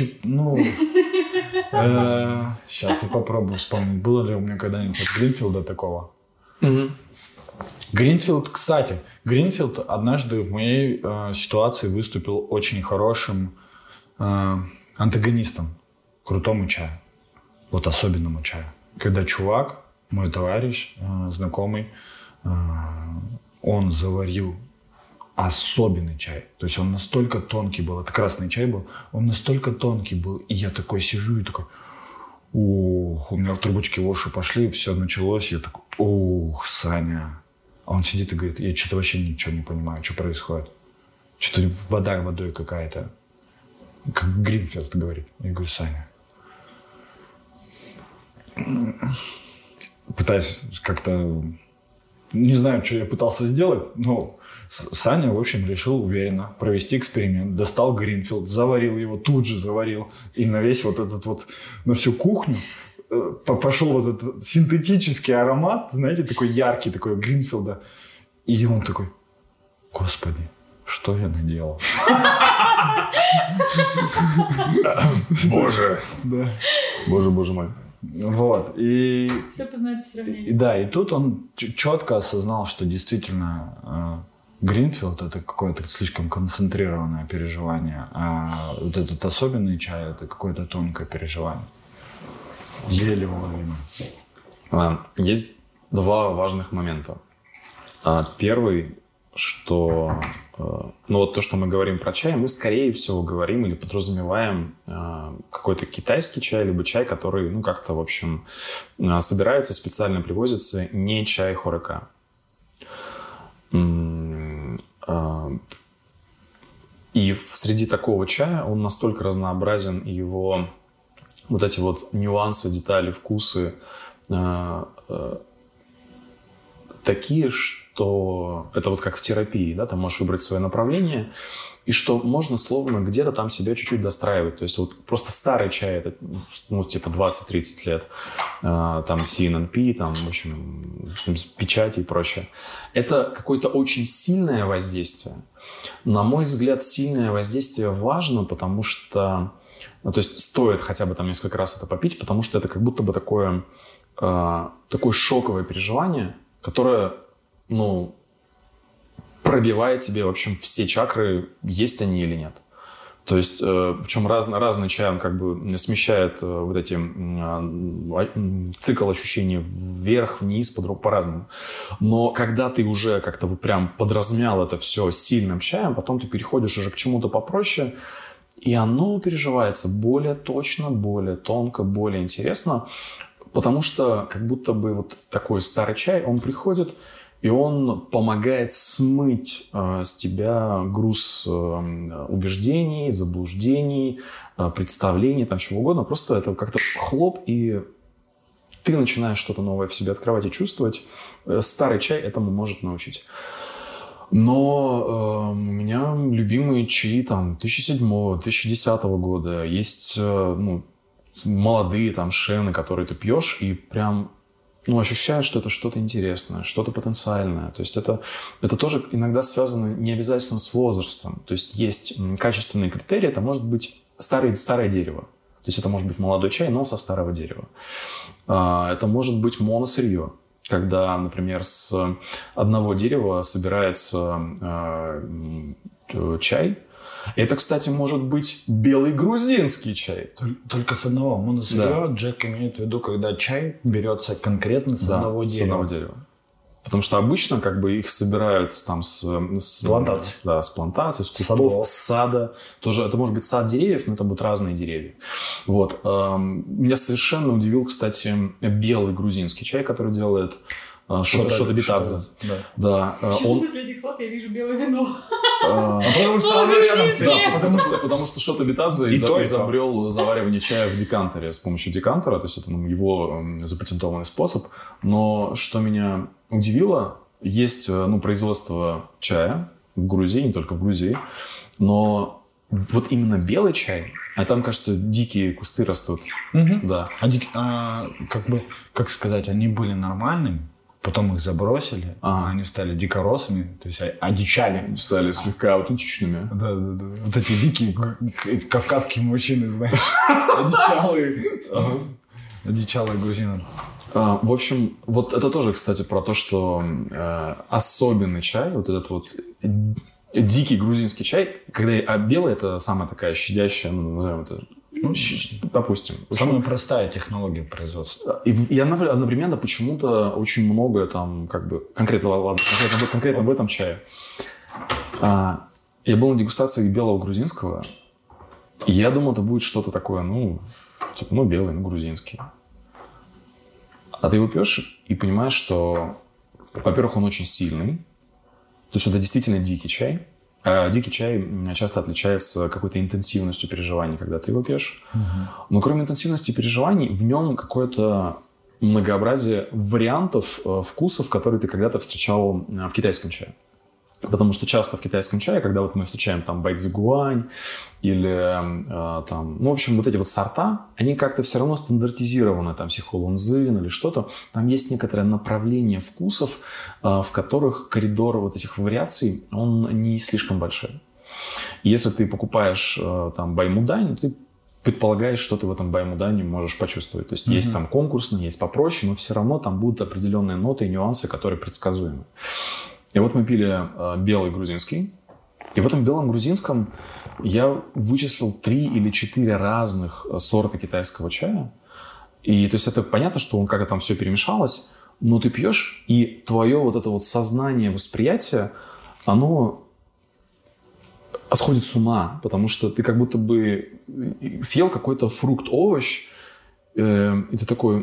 Сейчас я попробую вспомнить, было ли у меня когда-нибудь от Гринфилда такого. Гринфилд, кстати, однажды в моей ситуации выступил очень хорошим антагонистом крутому чаю. Вот особенному чаю. Когда чувак, мой товарищ, знакомый, он заварил особенный чай. То есть он настолько тонкий был, это красный чай был, он настолько тонкий был, и я такой сижу и такой, у меня в трубочке в уши пошли, все началось, я такой, Саня. А он сидит и говорит, я что-то вообще ничего не понимаю, что происходит. Что-то вода водой какая-то. Как Гринфилд говорит. Я говорю, Саня. Пытаюсь как-то не знаю, что я пытался сделать, но Саня, в общем, решил уверенно провести эксперимент. Достал Гринфилд, заварил его, тут же заварил. И на весь вот этот вот, на всю кухню пошел вот этот синтетический аромат, знаете, такой яркий, такой Гринфилда. И он такой: господи, что я наделал? Боже. Да. Боже мой. Вот. И Все познается в сравнении. да, и тут он четко осознал, что действительно Гринфилд — это какое-то слишком концентрированное переживание, а вот этот особенный чай — это какое-то тонкое переживание. Еле уловимо. Есть два важных момента. Первый, что ну вот то, что мы говорим про чай, мы скорее всего говорим или подразумеваем какой-то китайский чай, либо чай, который, ну, как-то, в общем, собирается, специально привозится, не чай Хорэка. И среди такого чая он настолько разнообразен, и его вот эти вот нюансы, детали, вкусы такие, что это вот как в терапии, да, ты можешь выбрать свое направление, и что можно словно где-то там себя чуть-чуть достраивать. То есть вот просто старый чай, это, ну, типа 20-30 лет, там CNNP, там, в общем, печати и прочее. Это какое-то очень сильное воздействие. На мой взгляд, сильное воздействие важно, потому что, ну, то есть стоит хотя бы там несколько раз это попить, потому что это как будто бы такое шоковое переживание, которое, ну, пробивает тебе, в общем, все чакры, есть они или нет. То есть, причем разный чай, он как бы смещает вот эти цикл ощущений вверх, вниз, по-разному. Но когда ты уже как-то вот прям подразмял это все сильным чаем, потом ты переходишь уже к чему-то попроще, и оно переживается более точно, более тонко, более интересно, потому что как будто бы вот такой старый чай, он приходит, и он помогает смыть с тебя груз убеждений, заблуждений, представлений, там чего угодно. Просто это как-то хлоп, и ты начинаешь что-то новое в себе открывать и чувствовать. Старый чай этому может научить. Но у меня любимые чаи там 2007-2010 года. Есть молодые там шены, которые ты пьешь, и прям... ну, ощущаешь, что это что-то интересное, что-то потенциальное. То есть это тоже иногда связано не обязательно с возрастом. То есть есть качественные критерии. Это может быть старое дерево. То есть это может быть молодой чай, но со старого дерева. Это может быть моносырье. Когда, например, с одного дерева собирается чай. Это, кстати, может быть белый грузинский чай. Только с одного моносырья, да. Джек имеет в виду, когда чай берется конкретно с одного дерева. С одного дерева. Потому что обычно как бы их собирают там с плантаций. Да, с плантаций, с кустов, с сада. Тоже, это может быть сад деревьев, но это будут разные деревья. Вот. Меня совершенно удивил, кстати, белый грузинский чай, который делает Шота Битадзе. Да. После этих слов я вижу белое вино. Потому что оно рядом стоит. Потому что Шота Битадзе изобрел заваривание чая в декантере с помощью декантера. То есть это его запатентованный способ. Но что меня удивило, есть производство чая в Грузии, не только в Грузии, но вот именно белый чай, а там, кажется, дикие кусты растут. Угу. Да. Как сказать, они были нормальными. Потом их забросили, они стали дикоросами, то есть одичали. Стали слегка аутентичными. Да. Вот эти дикие кавказские мужчины, знаешь, одичалые грузины. В общем, вот это тоже, кстати, про то, что особенный чай, вот этот вот дикий грузинский чай, когда белый, это самая такая щадящая, назовем это, допустим. Самая простая технология производства. И одновременно почему-то очень многое там, как бы, конкретно в этом чае. Я был на дегустации белого грузинского, и я думал, это будет что-то такое, белый, грузинский. А ты его пьешь и понимаешь, что, во-первых, он очень сильный. То есть это действительно дикий чай. А дикий чай часто отличается какой-то интенсивностью переживаний, когда ты его пьешь. Угу. Но кроме интенсивности переживаний, в нем какое-то многообразие вариантов вкусов, которые ты когда-то встречал в китайском чае. Потому что часто в китайском чае, когда вот мы встречаем там байцзигуань или там, ну, в общем, вот эти вот сорта, они как-то все равно стандартизированы, там, сихолунзин или что-то. Там есть некоторое направление вкусов, в которых коридор вот этих вариаций, он не слишком большой. И если ты покупаешь там баймудань, ты предполагаешь, что ты в этом баймудане можешь почувствовать. То есть есть там конкурсные, есть попроще, но все равно там будут определенные ноты и нюансы, которые предсказуемы. И вот мы пили белый грузинский. И в этом белом грузинском я вычислил 3 или 4 разных сорта китайского чая. И то есть это понятно, что он как-то там все перемешалось, но ты пьешь, и твое вот это вот сознание, восприятие, оно сходит с ума, потому что ты как будто бы съел какой-то фрукт, овощ, и ты такой,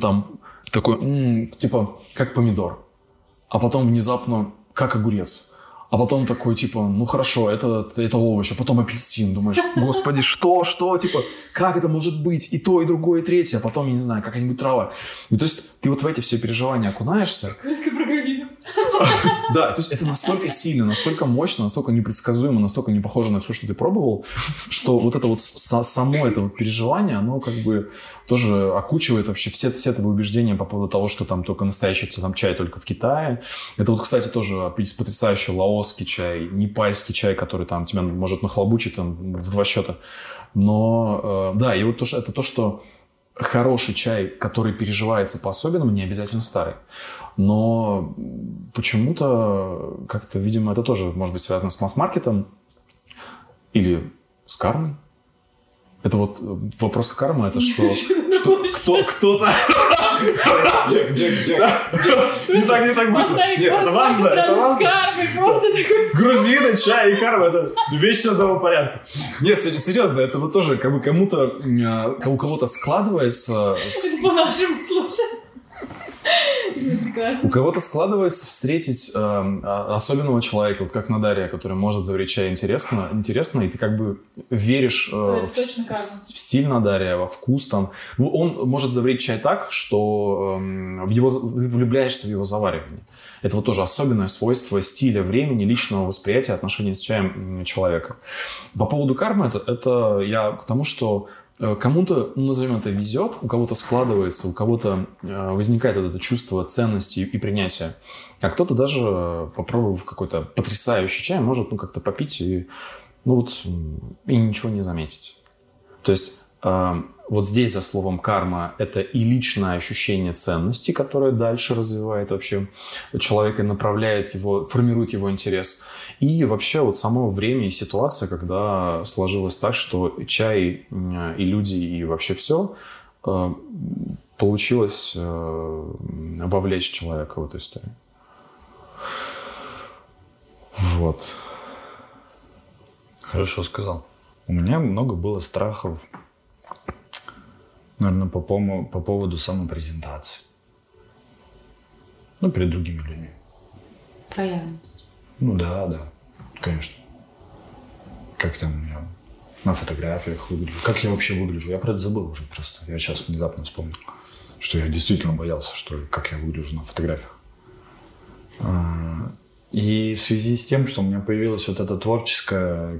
типа, как помидор. А потом внезапно, как огурец. А потом такой, типа, ну хорошо, это овощ, а потом апельсин. Думаешь, господи, что, типа, как это может быть? И то, и другое, и третье. А потом, я не знаю, какая-нибудь трава. И то есть ты вот в эти все переживания окунаешься. Коротко про грузинов. Да, то есть это настолько сильно, настолько мощно, настолько непредсказуемо, настолько не похоже на все, что ты пробовал, что вот это вот само это вот переживание, оно как бы тоже окучивает вообще все твои убеждения по поводу того, что там только настоящий там чай только в Китае. Это вот, кстати, тоже потрясающий лаосский чай, непальский чай, который там тебя может нахлобучить там в 2 счета. Но да, и вот это то, что хороший чай, который переживается по-особенному, не обязательно старый. Но почему-то как-то, видимо, это тоже может быть связано с масс-маркетом или с кармой. Это вот вопрос кармы, это что кто-то... Не так быстро. Нет, это важно. Грузины, чай и карма — это вещи одного порядка. Нет, серьезно, это вот тоже как бы кому-то, у кого-то складывается... По-нашему слушай. У кого-то складывается встретить особенного человека, вот как Надария, который может заварить чай интересно, и ты как бы веришь в стиль Надария, во вкус там. Он может заварить чай так, что влюбляешься в его заваривание. Это вот тоже особенное свойство стиля, времени, личного восприятия, отношения с чаем человека. По поводу кармы, это я к тому, что кому-то, назовем это, везет, у кого-то складывается, у кого-то возникает вот это чувство ценности и принятия. А кто-то даже, попробовав какой-то потрясающий чай, может как-то попить и ничего не заметить. То есть вот здесь за словом карма это и личное ощущение ценности, которое дальше развивает вообще человека, направляет его, формирует его интерес. И вообще вот само время и ситуация, когда сложилось так, что чай и люди, и вообще все получилось вовлечь человека в эту историю. Вот. Хорошо сказал. У меня много было страхов, наверное, по поводу самопрезентации. Перед другими людьми. Проявленность. Да, конечно. Как там я на фотографиях выгляжу. Как я вообще выгляжу? Я про это забыл уже просто. Я сейчас внезапно вспомнил, что я действительно боялся, как я выгляжу на фотографиях. И в связи с тем, что у меня появилась вот эта творческая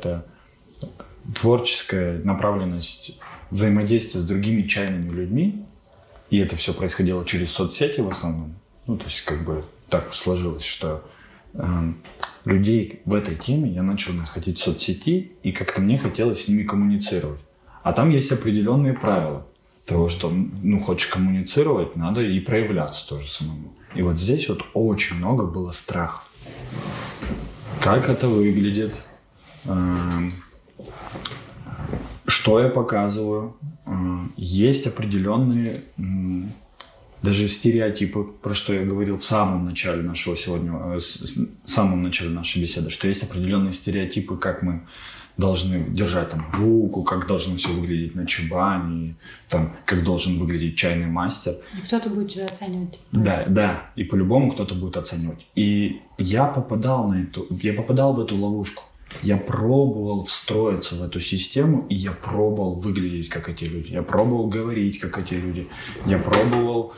направленность взаимодействия с другими чайными людьми, и это все происходило через соцсети в основном, то есть как бы так сложилось, что людей в этой теме я начал находить в соцсети, и как-то мне хотелось с ними коммуницировать. А там есть определенные правила того, что, хочешь коммуницировать, надо и проявляться тоже самому. И вот здесь вот очень много было страхов. Как это выглядит? Что я показываю? Есть определенные даже стереотипы, про что я говорил в самом начале нашей беседы, что есть определенные стереотипы, как мы должны держать там руку, как должно все выглядеть на чабане, там, как должен выглядеть чайный мастер. И кто-то будет тебя оценивать. Да, и по-любому кто-то будет оценивать. И я попадал в эту ловушку. Я пробовал встроиться в эту систему, и я пробовал выглядеть, как эти люди. Я пробовал говорить, как эти люди. Я пробовал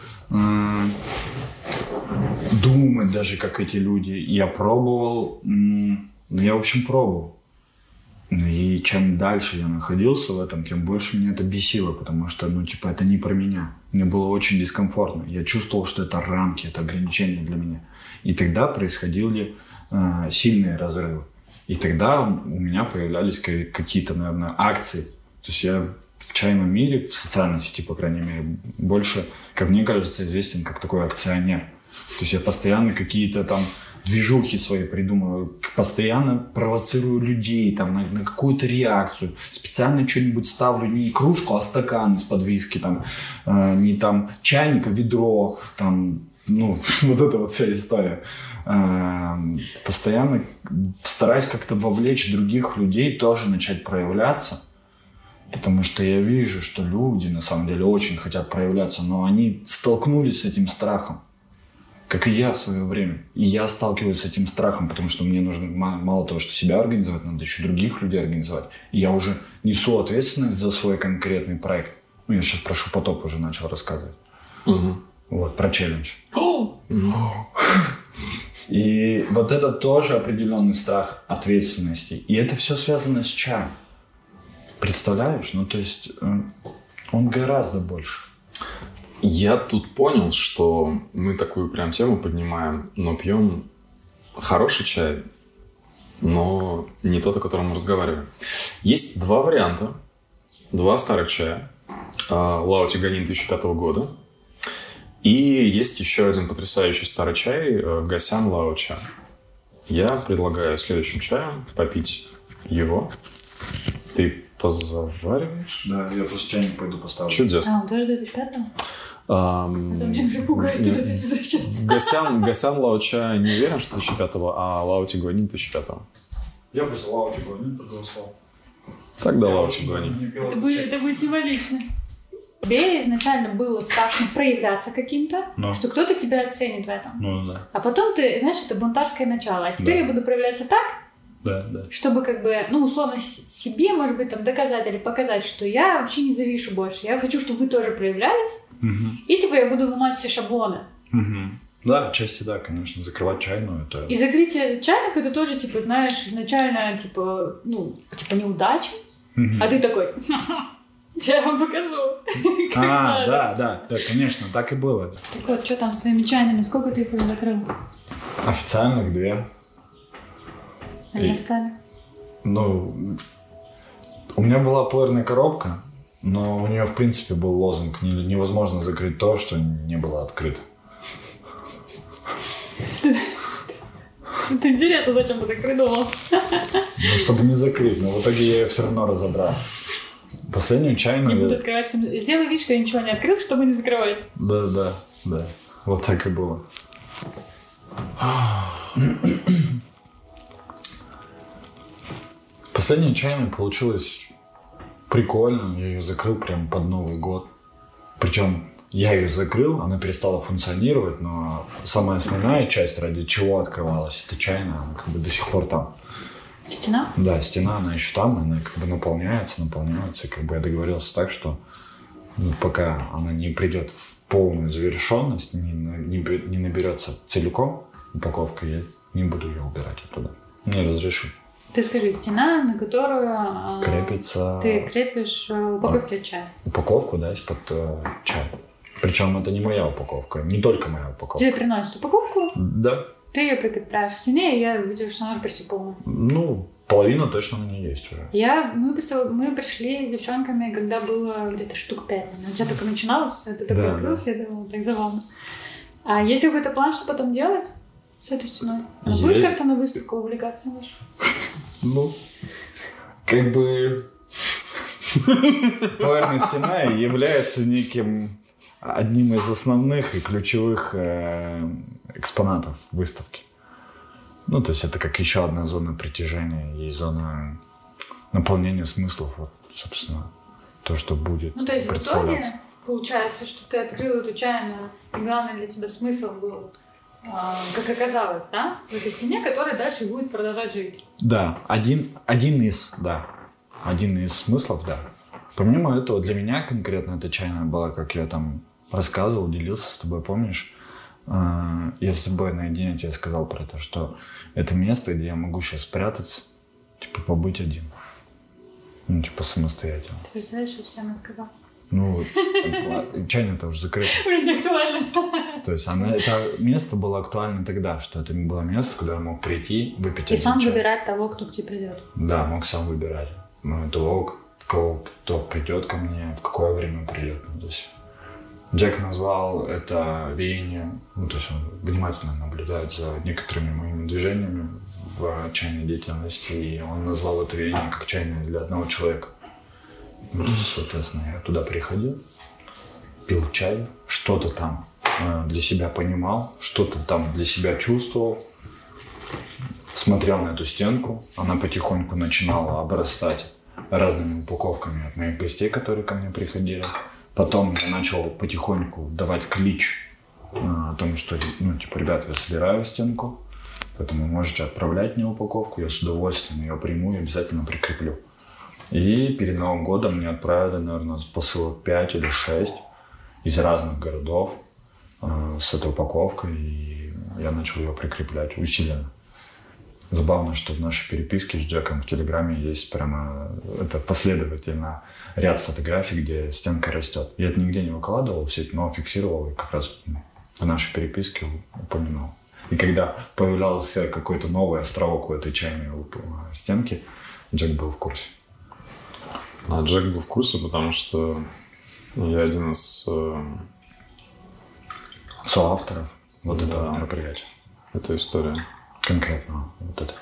думать даже, как эти люди. Я пробовал... я, в общем, пробовал. И чем дальше я находился в этом, тем больше меня это бесило, потому что, это не про меня. Мне было очень дискомфортно. Я чувствовал, что это рамки, это ограничения для меня. И тогда происходили сильные разрывы. И тогда у меня появлялись какие-то, наверное, акции. То есть я в чайном мире, в социальной сети, по крайней мере, больше, как мне кажется, известен как такой акционер. То есть я постоянно какие-то там движухи свои придумываю, постоянно провоцирую людей там, на какую-то реакцию. Специально что-нибудь ставлю, не кружку, а стакан из-под виски, там, не там чайник, а ведро, там, вот эта вот вся история. Постоянно стараюсь как-то вовлечь других людей тоже начать проявляться, потому что я вижу, что люди на самом деле очень хотят проявляться, но они столкнулись с этим страхом, как и я в свое время. И я сталкиваюсь с этим страхом, потому что мне нужно мало того, что себя организовать, надо еще других людей организовать. И я уже несу ответственность за свой конкретный проект. Я сейчас про Шепотоп уже начал рассказывать. Угу. Вот, про челлендж. И вот это тоже определенный страх ответственности. И это все связано с чаем. Представляешь? То есть он гораздо больше. Я тут понял, что мы такую прям тему поднимаем, но пьем хороший чай, но не тот, о котором мы разговариваем. Есть два варианта, два старых чая. Лао Тиганин 2005 года. И есть еще один потрясающий старый чай Гасян Лао Ча. Я предлагаю следующим чаем попить его. Ты позавариваешь? Да, я просто чайник пойду поставлю. Чудесно. Он тоже 2005-го? Это меня уже пугает туда опять возвращаться. Гасян Лао Ча не уверен, что 2005-го, а Лао Тигуанин 2005-го. Я бы за Лао Тигуанин проголосовал. Тогда Лао Тигуанин. Это будет символично. Тебе изначально было страшно проявляться каким-то, что кто-то тебя оценит в этом. Да. А потом ты, знаешь, это бунтарское начало. А теперь я буду проявляться так, чтобы условно себе, может быть, там доказать или показать, что я вообще не завишу больше. Я хочу, чтобы вы тоже проявлялись. И я буду ломать все шаблоны. Да, отчасти да, конечно, закрывать чайную это... И закрытие чайных это тоже, знаешь, изначально, неудача. А ты такой... Я вам покажу. Да, конечно, так и было. Так вот, что там с твоими чайными? Сколько ты их уже закрыл? Официальных 2. А неофициальных? У меня была пуэрная коробка, но у нее, в принципе, был лозунг: невозможно закрыть то, что не было открыто. Это интересно, зачем ты так придумал? Чтобы не закрыть, но в итоге я ее все равно разобрал. Последнюю чайную... Не буду открывать. Сделай вид, что я ничего не открыл, чтобы не закрывать. Да. Вот так и было. Последняя чайная получилась прикольно. Я ее закрыл прям под Новый год. Причем я ее закрыл, она перестала функционировать, но самая основная часть, ради чего открывалась эта чайная, она до сих пор там. Стена? Да, стена, она еще там, она наполняется. И я договорился так, что пока она не придет в полную завершенность, не наберется целиком упаковка, я не буду ее убирать оттуда. Не разрешу. Ты скажи, стена, на которую крепится... Ты крепишь упаковки от чая. Упаковку, да, из-под чая. Причем это не моя упаковка, не только моя упаковка. Тебе приносят упаковку? Да. Ты ее прикрепляешь к стене, и я видела, что она уже почти полная. Половина точно на ней есть уже. Мы пришли с девчонками, когда было где-то штук 5. У тебя только начиналось, это такой открылся, я думала, так забавно. А есть какой-то план, что потом делать с этой стеной? Она будет как-то на выставку увлекаться? Пуэрная стена является одним из основных и ключевых экспонатов выставки. То есть это как еще одна зона притяжения и зона наполнения смыслов, собственно, то, что будет то есть в представляться. итоге получается, что ты открыл эту чайную, и главное для тебя смысл был как оказалось, да, в этой стене, которая дальше будет продолжать жить. Да, один из смыслов, да. Помимо этого, для меня конкретно эта чайная была, как я там рассказывал, делился с тобой, помнишь? Я с тобой наедине тебе сказал про то, что это место, где я могу сейчас спрятаться, типа побыть один. Ну, типа самостоятельно. Ты представляешь, что сейчас я сказал? Ну, чайная-то уже закрыта. Уже не актуально. То есть это место было актуально тогда, что это было место, куда я мог прийти, выпить И один сам чай. выбирать того, кто к тебе придет. Да, мог сам выбирать. Того, кто придет ко мне, в какое время придет. Ну, то есть Джек назвал это веяние, ну, то есть он внимательно наблюдает за некоторыми моими движениями в чайной деятельности, и он назвал это веяние как чайное для одного человека. Ну, соответственно, я туда приходил, пил чай, что-то там для себя понимал, что-то там для себя чувствовал, смотрел на эту стенку, она потихоньку начинала обрастать разными упаковками от моих гостей, которые ко мне приходили. Потом я начал потихоньку давать клич о том, что, ну, типа, ребята, я собираю стенку, поэтому можете отправлять мне упаковку, я с удовольствием ее приму и обязательно прикреплю. И перед Новым годом мне отправили, наверное, посылок 5 или 6 из разных городов с этой упаковкой, и я начал ее прикреплять усиленно. Забавно, что в нашей переписке с Джеком в Телеграме есть прямо это последовательно ряд фотографий, где стенка растет. Я это нигде не выкладывал в сеть, но фиксировал и как раз в нашей переписке упоминал. И когда появлялся какой-то новый островок у этой чайной стенки, Джек был в курсе. А Джек был в курсе, потому что я один из соавторов вот этого мероприятия. Это история. Конкретно вот это.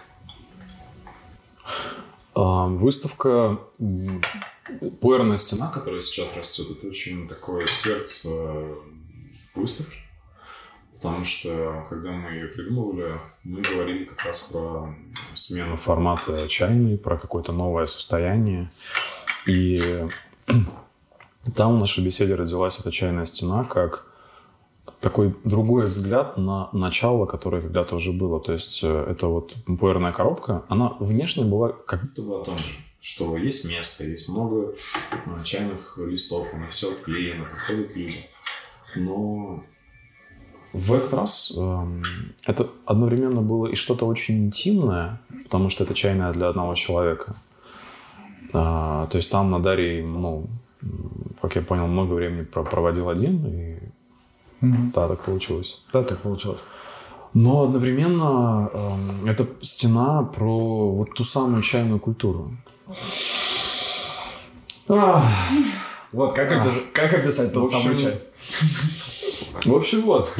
Выставка «Пуэрная стена», которая сейчас растет, это очень такое сердце выставки. Потому что, когда мы ее придумывали, мы говорили как раз про смену формата чайной, про какое-то новое состояние. И там в нашей беседе родилась эта чайная стена как такой другой взгляд на начало, которое когда-то уже было. То есть это вот пуэрная коробка, она внешне была как будто бы о том же, что есть место, есть много чайных листов, оно все обклеено, приходят люди. Но в этот раз это одновременно было и что-то очень интимное, потому что это чайная для одного человека. То есть там Надарий, ну, как я понял, много времени проводил один, и да, так получилось. Да, так получилось. Но одновременно это стена про вот ту самую чайную культуру. Вот как описать тот самый чай? В общем, вот.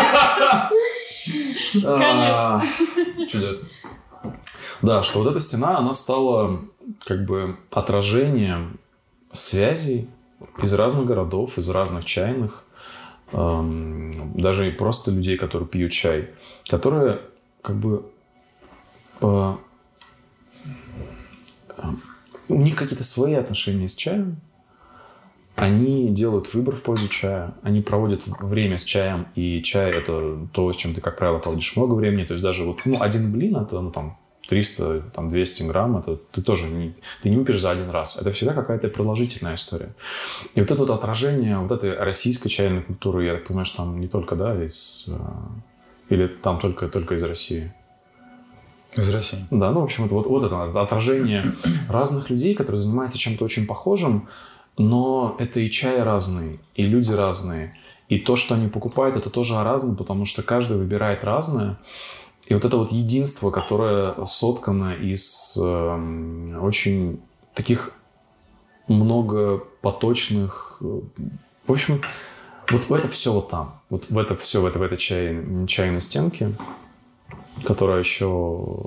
Конец. Чудесно. Да, что вот эта стена, она стала как бы отражением связей из разных городов, из разных чайных, даже и просто людей, которые пьют чай, которые как бы у них какие-то свои отношения с чаем, они делают выбор в пользу чая, они проводят время с чаем, и чай — это то, с чем ты, как правило, проводишь много времени, то есть даже вот, один блин — это, 300, 200 грамм, это ты тоже не выпьешь за один раз. Это всегда какая-то продолжительная история. И вот это вот отражение вот этой российской чайной культуры, я так понимаю, что там не только, да, или там только из России? Из России. Да, в общем, вот это отражение разных людей, которые занимаются чем-то очень похожим, но это и чай разный, и люди разные. И то, что они покупают, это тоже разное, потому что каждый выбирает разное. И вот это вот единство, которое соткано из очень таких многопоточных... В общем, вот это все вот там. Вот в это все, в этой чайной стенке, которая еще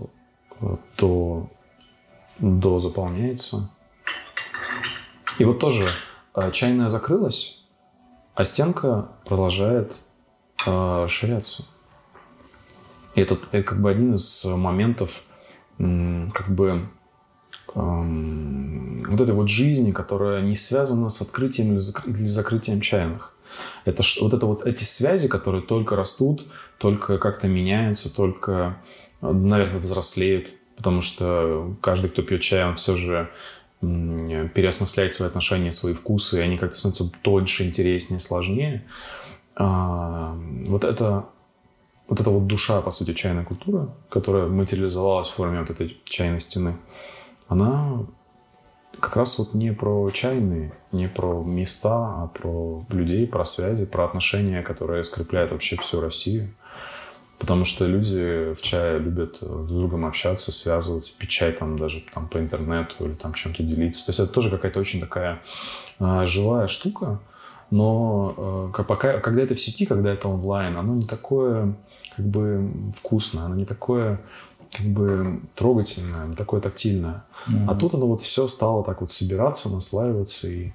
до заполняется. И вот тоже чайная закрылась, а стенка продолжает расширяться. И это как бы один из моментов как бы вот этой вот жизни, которая не связана с открытием или закрытием чайных. Это вот это вот эти связи, которые только растут, только как-то меняются, только, наверное, взрослеют. Потому что каждый, кто пьет чай, он все же переосмысляет свои отношения, свои вкусы, и они как-то становятся тоньше, интереснее, сложнее. Вот это вот душа, по сути, чайной культуры, которая материализовалась в форме вот этой чайной стены, она как раз вот не про чайные, не про места, а про людей, про связи, про отношения, которые скрепляют вообще всю Россию. Потому что люди в чае любят друг с другом общаться, связываться, пить чай там даже там, по интернету или там чем-то делиться. То есть это тоже какая-то очень такая живая штука. Но когда это в сети, когда это онлайн, оно не такое как бы вкусное, оно не такое как бы трогательное, не такое тактильное. А тут оно вот все стало так вот собираться, наслаиваться и...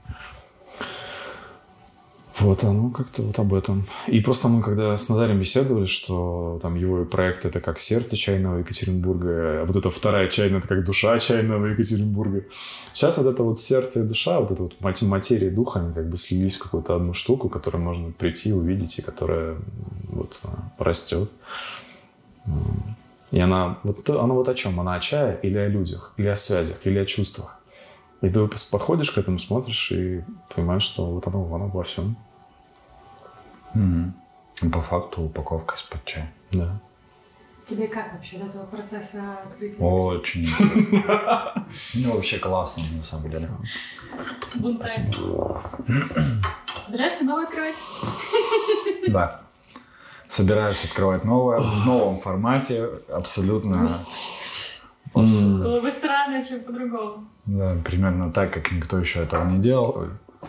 Вот, оно как-то вот об этом. И просто мы, когда с Назарем беседовали, что там его проект — это как сердце чайного Екатеринбурга, а вот эта вторая чайная — это как душа чайного Екатеринбурга. Сейчас вот это вот сердце и душа, вот эта вот материя и дух, они как бы слились в какую-то одну штуку, которую можно прийти, увидеть, и которая вот растет. И она вот о чем? Она о чае или о людях, или о связях, или о чувствах. И ты подходишь к этому, смотришь и понимаешь, что вот оно во всем. По факту упаковка из-под чая. Да. Тебе как вообще от этого процесса открытия? Очень. Ну, вообще классно, на самом деле. Спасибо. Собираешься новое открывать? Да. Собираюсь открывать новое в новом формате, абсолютно... Было бы странно, чем по-другому. Да, примерно так, как никто еще этого не делал.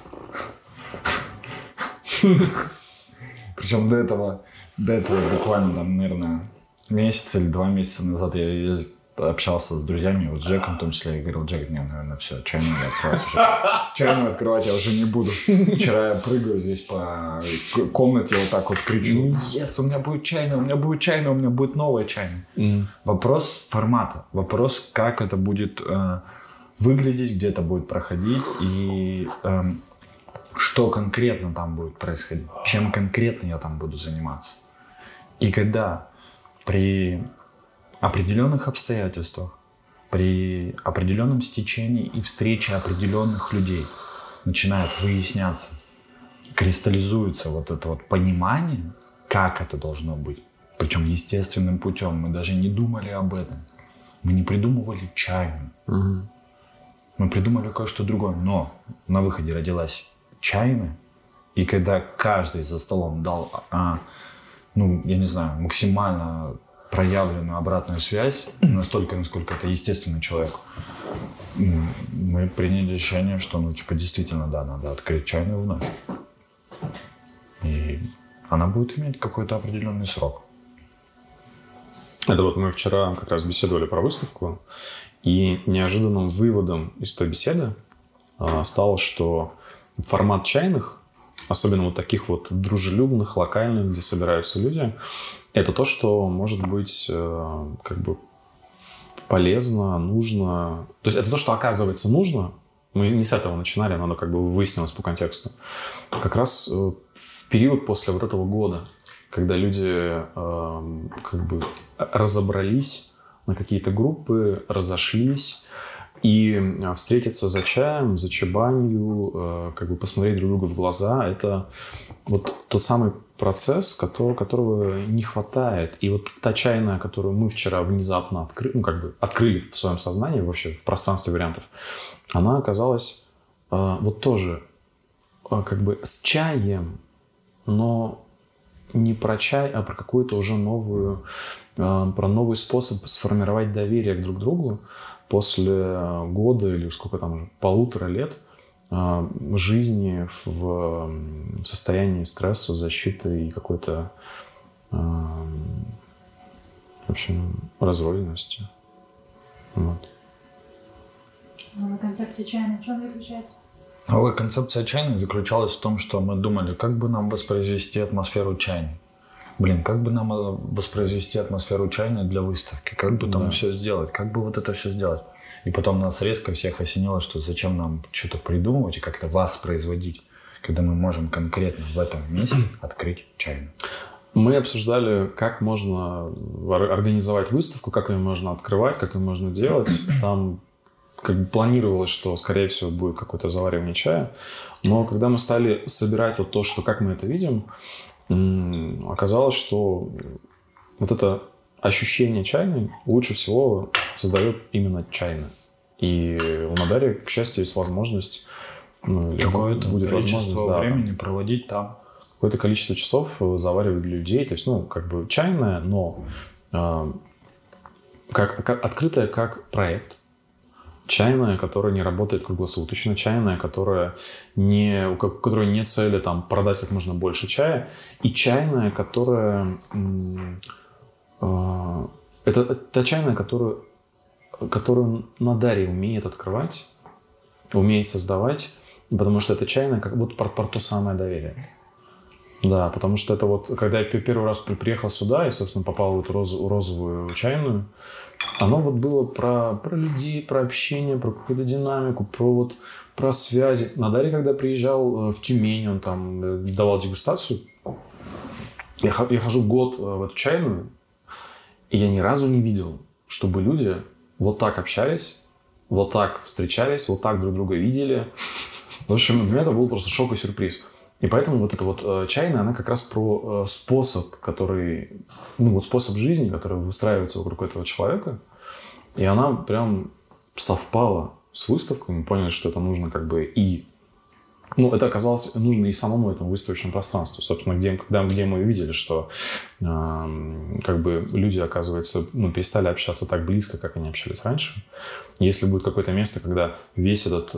Причем до этого буквально там, наверное, месяц или 2 месяца назад я общался с друзьями, вот с Джеком в том числе, и говорил: Джек, не, наверное, все, чайную открывать я уже не буду. Вчера я прыгаю здесь по комнате, вот так вот кричу: yes, у меня будет чайная, у меня будет чайная, у меня будет новая чайная. Вопрос формата, вопрос, как это будет выглядеть, где это будет проходить и что конкретно там будет происходить, чем конкретно я там буду заниматься. И когда при определенных обстоятельствах, при определенном стечении и встрече определенных людей начинает выясняться, кристаллизуется вот это вот понимание, как это должно быть. Причем естественным путем. Мы даже не думали об этом. Мы не придумывали чайную. Мы придумали кое-что другое. Но на выходе родилась чайная. И когда каждый за столом дал, я не знаю, максимально проявленную обратную связь, настолько, насколько это естественно человеку, мы приняли решение, что, действительно, да, надо открыть чайную вновь. И она будет иметь какой-то определенный срок. Это вот мы вчера как раз беседовали про выставку, и неожиданным выводом из той беседы стало, что формат чайных, особенно вот таких вот дружелюбных, локальных, где собираются люди, это то, что может быть как бы полезно, нужно. То есть это то, что оказывается нужно. Мы не с этого начинали, но оно как бы выяснилось по контексту. Как раз в период после вот этого года, когда люди как бы разобрались на какие-то группы, разошлись, и встретиться за чаем, за чабанью, как бы посмотреть друг другу в глаза, это вот тот самый процесс, которого не хватает. И вот та чайная, которую мы вчера внезапно открыли в своем сознании, вообще в пространстве вариантов, она оказалась вот тоже как бы с чаем, но не про чай, а про какую-то уже про новый способ сформировать доверие друг к другу после года или сколько там уже, 1,5 лет жизни в состоянии стресса, защиты и какой-то, в общем, разрозненности. Вот. Новая концепция чайной в чем заключается? Новая концепция чайной заключалась в том, что мы думали, как бы нам воспроизвести атмосферу чайной. Как бы нам воспроизвести атмосферу чайной для выставки? Как бы там все сделать? Как бы вот это все сделать? И потом нас резко всех осенило, что зачем нам что-то придумывать и как-то воспроизводить. когда мы можем конкретно в этом месте открыть чайную? Мы обсуждали, как можно организовать выставку, как ее можно открывать, как ее можно делать. Там как бы планировалось, что, скорее всего, будет какое-то заваривание чая. Но когда мы стали собирать вот то, что как мы это видим, оказалось, что вот это ощущение чайной лучше всего создает именно чайная. И у Надари, к счастью, есть возможность, какое-то будет возможность времени проводить там. Какое-то количество часов заваривать для людей. То есть, как бы чайная, но открытая как проект. Чайная, которая не работает круглосуточно. Чайная, у которой нет цели там, продать как можно больше чая. И чайная, которая... Это та чайная, которую Надари умеет открывать, умеет создавать. Потому что это чайная, как вот про то самое доверие. Да, потому что это вот, когда я первый раз приехал сюда и, собственно, попал в эту розовую чайную, оно вот было про людей, про общение, про какую-то динамику, про связи. Надари, когда приезжал в Тюмень, он там давал дегустацию. Я хожу год в эту чайную, и я ни разу не видел, чтобы люди вот так общались, вот так встречались, вот так друг друга видели. В общем, для меня это был просто шок и сюрприз. И поэтому вот эта вот чайная, она как раз про способ, способ жизни, который выстраивается вокруг этого человека. И она прям совпала с выставкой. Мы поняли, что это нужно как бы это оказалось нужно и самому этому выставочному пространству. Собственно, где мы увидели, что как бы люди, оказывается, перестали общаться так близко, как они общались раньше. Если будет какое-то место, когда весь этот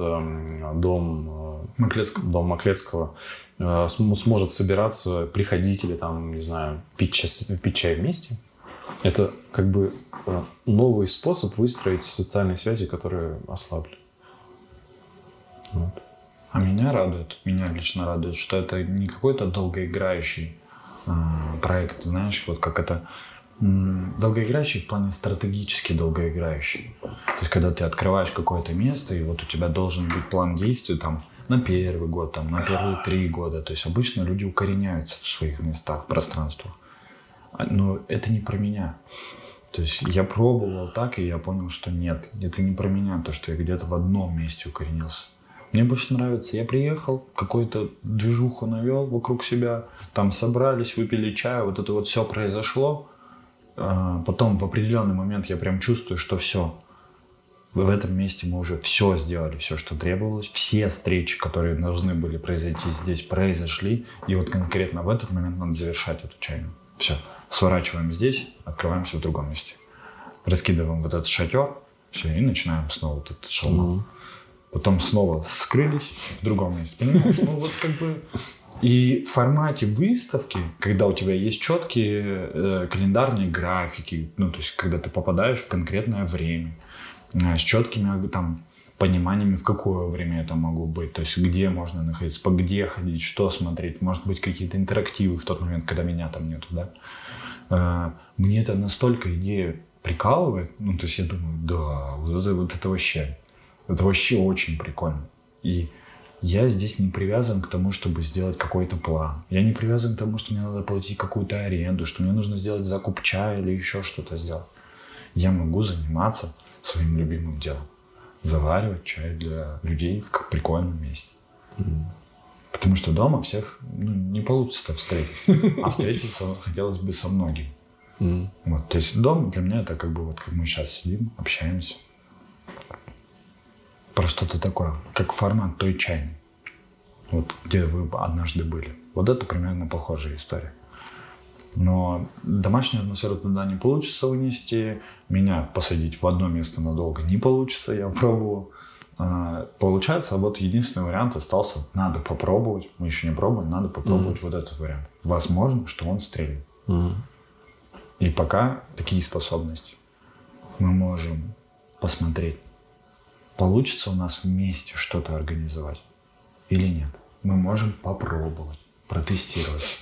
дом Маклецкого сможет собираться, приходить или там, не знаю, пить чай вместе, это как бы новый способ выстроить социальные связи, которые ослабли. Вот. А меня лично радует, что это не какой-то долгоиграющий проект, знаешь, вот как это долгоиграющий в плане стратегически долгоиграющий. То есть, когда ты открываешь какое-то место, и вот у тебя должен быть план действий там на первый год, там, на первые 3 года. То есть, обычно люди укореняются в своих местах, пространствах. Но это не про меня. То есть, я пробовал так, и я понял, что нет, это не про меня, то, что я где-то в одном месте укоренился. Мне больше нравится, я приехал, какую-то движуху навел вокруг себя, там собрались, выпили чай, вот это вот все произошло. Потом в определенный момент я прям чувствую, что все, в этом месте мы уже все сделали, все, что требовалось, все встречи, которые должны были произойти здесь, произошли, и вот конкретно в этот момент надо завершать эту чайную. Все, сворачиваем здесь, открываемся в другом месте, раскидываем вот этот шатер, все, и начинаем снова вот этот шалман. Потом снова скрылись в другом месте. Понимаешь? Вот как бы... И в формате выставки, когда у тебя есть четкие календарные графики, то есть когда ты попадаешь в конкретное время, с четкими там пониманиями, в какое время я там могу быть, то есть где можно находиться, где ходить, что смотреть, может быть, какие-то интерактивы в тот момент, когда меня там нету, да. Мне это настолько идея прикалывает, то есть я думаю, да, вот это вообще... Это вообще очень прикольно. И я здесь не привязан к тому, чтобы сделать какой-то план. Я не привязан к тому, что мне надо платить какую-то аренду, что мне нужно сделать закуп чая или еще что-то сделать. Я могу заниматься своим любимым делом. Заваривать чай для людей в прикольном месте. Потому что дома всех не получится встретить. А встретиться хотелось бы со многими. Вот, то есть дом для меня это как бы вот как мы сейчас сидим, общаемся. Про что-то такое, как формат той чайной, вот где вы однажды были. Вот это примерно похожая история. Но домашнюю атмосферу туда не получится вынести, меня посадить в одно место надолго не получится, я пробовал. Получается, вот единственный вариант остался, надо попробовать, мы еще не пробовали, надо попробовать вот этот вариант. Возможно, что он стрельнет. И пока такие способности мы можем посмотреть, получится у нас вместе что-то организовать или нет. Мы можем попробовать, протестировать.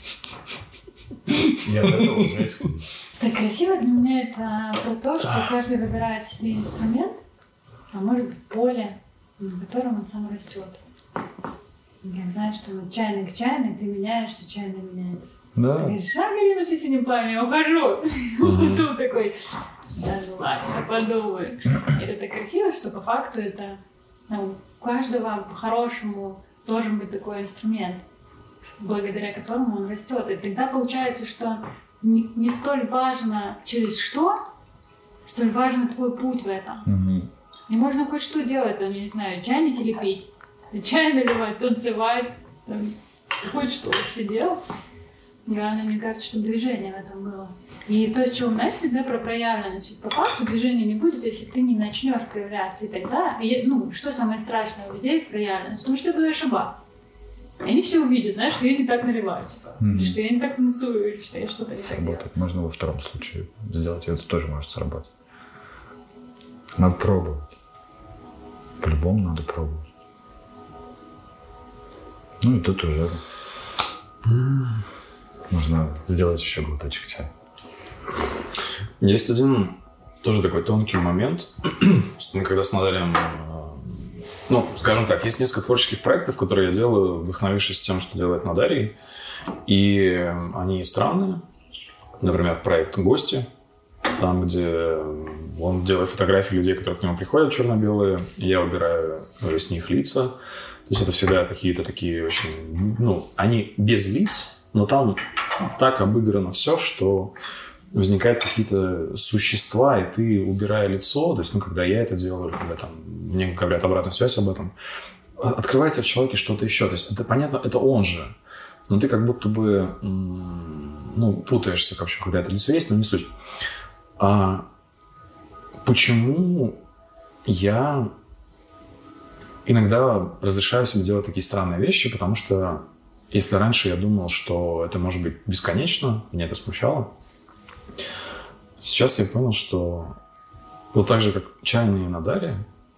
Я готов уже исходить. Так красиво для меня это про то, что каждый выбирает себе инструмент, а может быть поле, на котором он сам растет. Знаешь, что вот чайник, ты меняешься, чайник меняется. Да. Ты говоришь, Галина, все синим пламя, я ухожу. Потом такой, да ну ладно, подумай. Это так красиво, что по факту это у каждого по-хорошему должен быть такой инструмент, благодаря которому он растет. И тогда получается, что не столь важно через что, столь важен твой путь в этом. И можно хоть что делать, там, я не знаю, чайники лепить, чай наливать, танцевать, там, хоть что вообще делать. Главное, мне кажется, чтобы движение в этом было. И то, с чего мы начали, да, про проявленность. Ведь по факту движения не будет, если ты не начнешь проявляться. И тогда, что самое страшное у людей в проявленности? Потому что ты будешь ошибаться. И они все увидят, знаешь, что я не так наливаю, или что я не так танцую, или что я что-то не так делаю. Работает. Можно во втором случае сделать, и это тоже может сработать. Надо пробовать. По-любому надо пробовать. Ну и тут уже нужно сделать еще глоточек чая. Есть один тоже такой тонкий момент. Мы когда с Надарем, скажем так, есть несколько творческих проектов, которые я делаю, вдохновившись тем, что делает Надарий. И они странные. Например, проект «Гости», там, где он делает фотографии людей, которые к нему приходят, черно-белые, и я убираю с них лица. То есть это всегда какие-то такие очень... они без лиц, но там так обыграно все, что возникают какие-то существа, и ты, убирая лицо, то есть, когда я это делаю, когда там мне говорят обратную связь об этом, открывается в человеке что-то еще. То есть это понятно, это он же, но ты как будто бы путаешься вообще, когда это лицо есть, но не суть. Почему я иногда разрешаю себе делать такие странные вещи? Потому что если раньше я думал, что это может быть бесконечно, меня это смущало, сейчас я понял, что вот так же, как чайные Надари,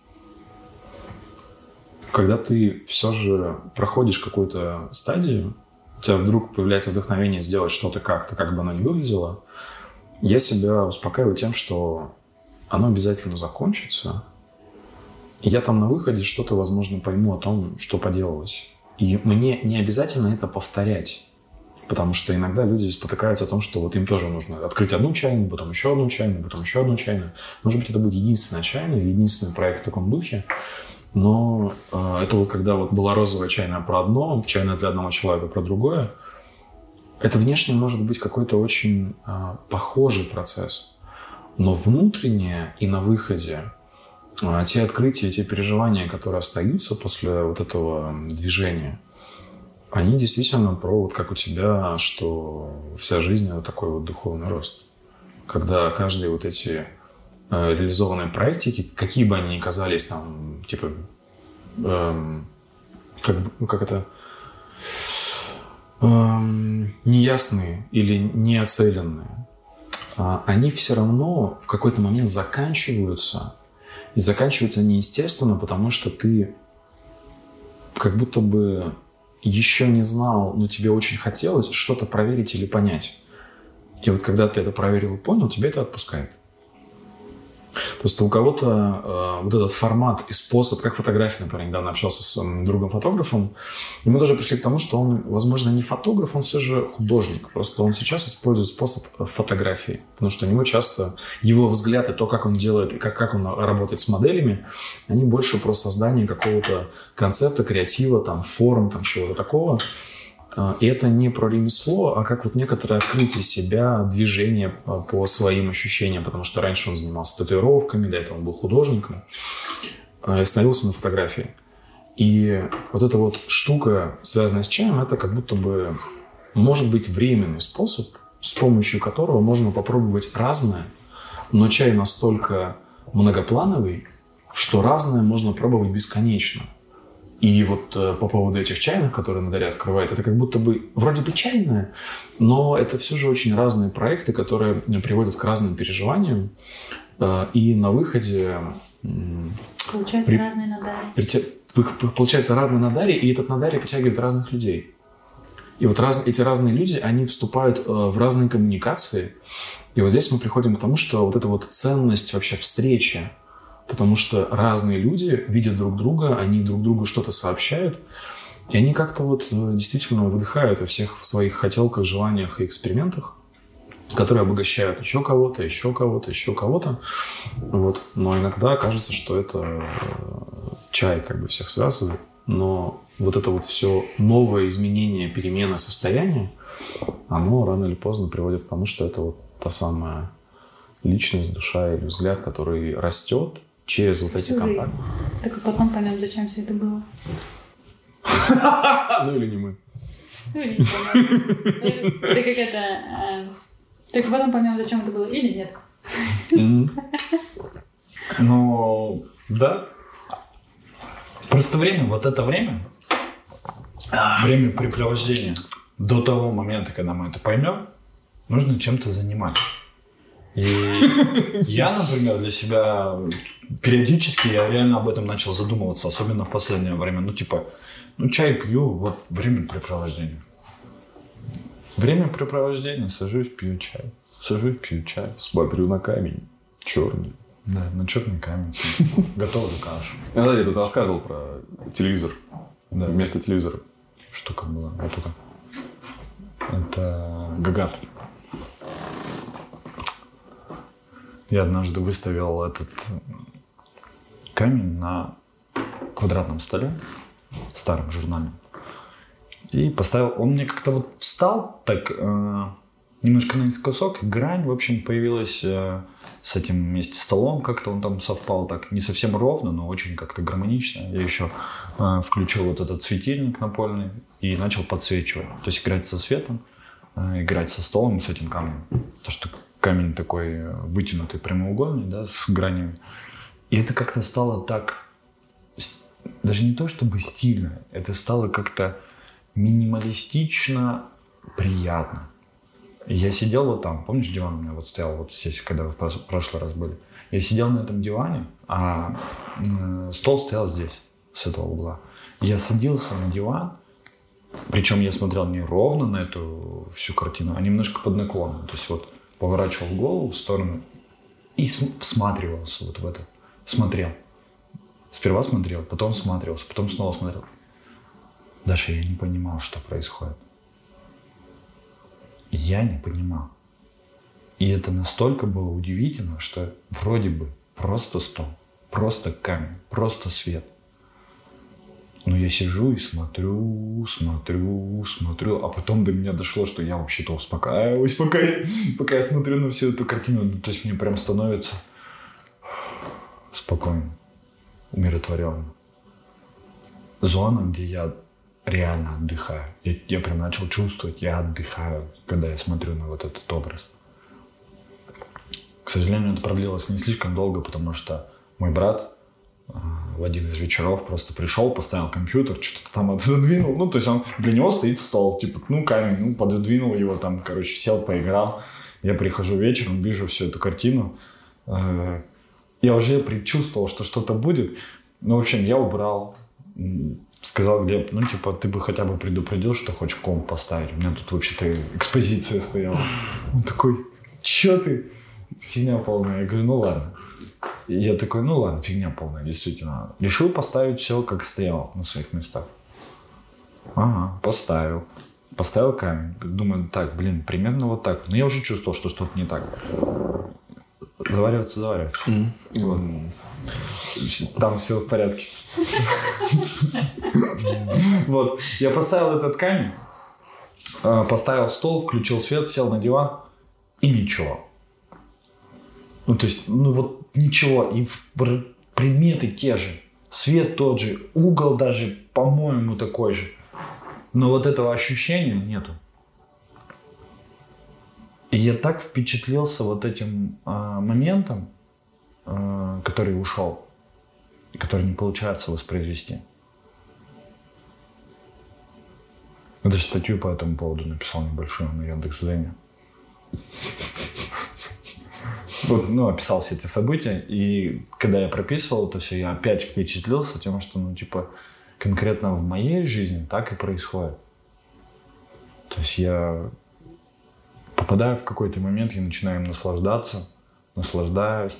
когда ты все же проходишь какую-то стадию, у тебя вдруг появляется вдохновение сделать что-то как-то, как бы оно ни выглядело, я себя успокаиваю тем, что оно обязательно закончится, и я там на выходе что-то, возможно, пойму о том, что поделалось. И мне не обязательно это повторять, потому что иногда люди спотыкаются о том, что вот им тоже нужно открыть одну чайную, потом еще одну чайную, потом еще одну чайную. Может быть, это будет единственная чайная, единственный проект в таком духе, но это вот когда вот была розовая чайная про одно, чайная для одного человека про другое, это внешне может быть какой-то очень похожий процесс, но внутренне и на выходе те открытия, те переживания, которые остаются после вот этого движения, они действительно про вот как у тебя, что вся жизнь — это такой вот духовный рост. Когда каждые вот эти реализованные проектики, какие бы они ни казались там, типа, неясные или неоцеленные, они все равно в какой-то момент заканчиваются. И заканчиваются неестественно, потому что ты как будто бы еще не знал, но тебе очень хотелось что-то проверить или понять. И вот когда ты это проверил и понял, тебя это отпускает. Просто у кого-то вот этот формат и способ, как фотографии, например, недавно общался с другом-фотографом, и мы тоже пришли к тому, что он, возможно, не фотограф, он все же художник. Просто он сейчас использует способ фотографии, потому что у него часто его взгляд и то, как он делает, и как он работает с моделями, они больше про создание какого-то концепта, креатива, там, форм, там, чего-то такого. И это не про ремесло, а как вот некоторое открытие себя, движение по своим ощущениям, потому что раньше он занимался татуировками, до этого он был художником, и остановился на фотографии. И вот эта вот штука, связанная с чаем, это как будто бы может быть временный способ, с помощью которого можно попробовать разное, но чай настолько многоплановый, что разное можно пробовать бесконечно. И вот по поводу этих чайных, которые Надарий открывает, это как будто бы вроде бы чайное, но это все же очень разные проекты, которые приводят к разным переживаниям. И на выходе... Получается разные Надари. Получается разные Надари, и этот Надарий притягивает разных людей. И вот эти разные люди, они вступают в разные коммуникации. И вот здесь мы приходим к тому, что вот эта вот ценность вообще встречи, потому что разные люди видят друг друга, они друг другу что-то сообщают. И они как-то вот действительно выдыхают о всех своих хотелках, желаниях и экспериментах, которые обогащают еще кого-то, еще кого-то, еще кого-то. Вот. Но иногда кажется, что это чай как бы всех связывает. Но вот это вот все новое изменение, перемена состояния, оно рано или поздно приводит к тому, что это вот та самая личность, душа или взгляд, который растет через вот эти контакты. Так и потом поймем, зачем все это было. Ну или не мы. Ну или не поймем. Это как это... Только потом поймем, зачем это было или нет. Ну, да. Просто время, вот это время препровождения, до того момента, когда мы это поймем, нужно чем-то заниматься. И я, например, для себя периодически я реально об этом начал задумываться, особенно в последнее время. Ну, типа, чай пью, вот времяпрепровождение. Времяпрепровождение, сажусь, пью чай. Сажусь, пью чай. Смотрю на камень черный. Да, на черный камень. Готовлю кашу. Я тут рассказывал про телевизор. Да. Вместо телевизора. Штука была. Вот это. Это Гагат. Я однажды выставил этот камень на квадратном столе, старом журнале. И поставил... Он мне как-то вот встал так немножко наискосок. Грань, в общем, появилась с этим вместе столом. Как-то он там совпал так не совсем ровно, но очень как-то гармонично. Я еще включил вот этот светильник напольный и начал подсвечивать. То есть играть со светом, играть со столом с этим камнем. То, что камень такой вытянутый, прямоугольный, да, с гранями. И это как-то стало так... Даже не то чтобы стильно, это стало как-то минималистично приятно. И я сидел вот там, помнишь, диван у меня вот стоял вот здесь, когда вы в прошлый раз были. Я сидел на этом диване, а стол стоял здесь, с этого угла. Я садился на диван, причем я смотрел не ровно на эту всю картину, а немножко под наклоном. То есть вот поворачивал голову в сторону и всматривался вот в это. Смотрел. Сперва смотрел, потом всматривался, потом снова смотрел. Даже я не понимал, что происходит. Я не понимал. И это настолько было удивительно, что вроде бы просто стол, просто камень, просто свет. Но я сижу и смотрю, а потом до меня дошло, что я вообще-то успокаиваюсь, пока я смотрю на всю эту картину. Ну, то есть мне прям становится спокойно, умиротворенно. Зона, где я реально отдыхаю. Я прям начал чувствовать, я отдыхаю, когда я смотрю на вот этот образ. К сожалению, это продлилось не слишком долго, потому что мой брат в один из вечеров просто пришел, поставил компьютер, что-то там задвинул. Ну, то есть он для него стоит стол, типа, камень, пододвинул его там, короче, сел, поиграл. Я прихожу вечером, вижу всю эту картину. Я уже предчувствовал, что что-то будет. Ну, в общем, я убрал. Сказал Глеб, ты бы хотя бы предупредил, что хочешь комп поставить. У меня тут вообще-то экспозиция стояла. Он такой, чё ты? Фигня полная. Я говорю, ладно. И я такой, ладно, фигня полная, действительно. Решил поставить все, как стояло на своих местах. Ага, поставил. Поставил камень. Думаю, примерно вот так. Но я уже чувствовал, что что-то не так. Завариваться. Вот. Там все в порядке. Вот. Я поставил этот камень, поставил стол, включил свет, сел на диван и ничего. Ничего. И предметы те же. Свет тот же. Угол даже, по-моему, такой же. Но вот этого ощущения нету. И я так впечатлился вот этим моментом, который ушел, и который не получается воспроизвести. Я даже статью по этому поводу написал небольшую на Яндекс.Дзене. Описал все эти события, и когда я прописывал это все, я опять впечатлился тем, что, конкретно в моей жизни так и происходит. То есть я попадаю в какой-то момент, я начинаю им наслаждаться, наслаждаюсь.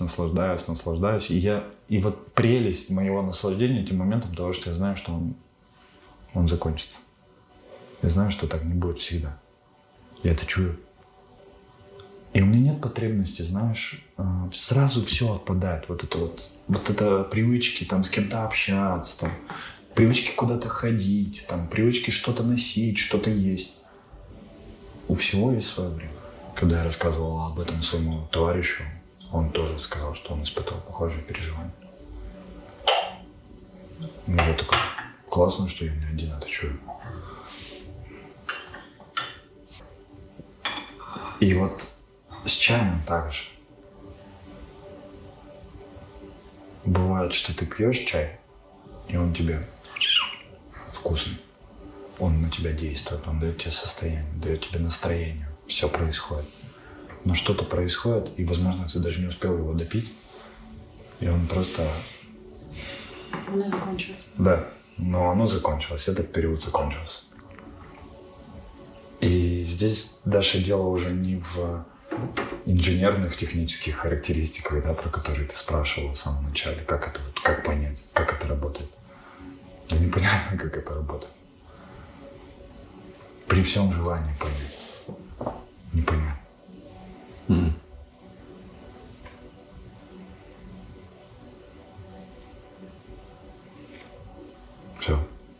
И вот прелесть моего наслаждения этим моментом того, что я знаю, что он он закончится. Я знаю, что так не будет всегда. Я это чую. И у меня нет потребности, знаешь, сразу все отпадает. Вот это привычки там с кем-то общаться, там, привычки куда-то ходить, там, привычки что-то носить, что-то есть. У всего есть свое время. Когда я рассказывал об этом своему товарищу, он тоже сказал, что он испытывал похожие переживания. И я такой, классно, что я не один это чую. И вот с чаем также. Бывает, что ты пьешь чай, и он тебе вкусный. Он на тебя действует, он дает тебе состояние, дает тебе настроение. Все происходит. Но что-то происходит, и, возможно, ты даже не успел его допить, и он просто... Оно закончилось. Да, но оно закончилось, этот период закончился. И здесь дальше дело уже не в инженерных технических характеристиках, да, про которые ты спрашивал в самом начале, как понять, как это работает. Да непонятно, как это работает. При всем желании понять. Непонятно. Все.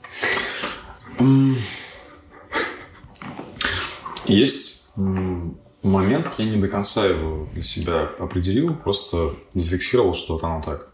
Есть момент, я не до конца его для себя определил, просто зафиксировал, что вот оно так.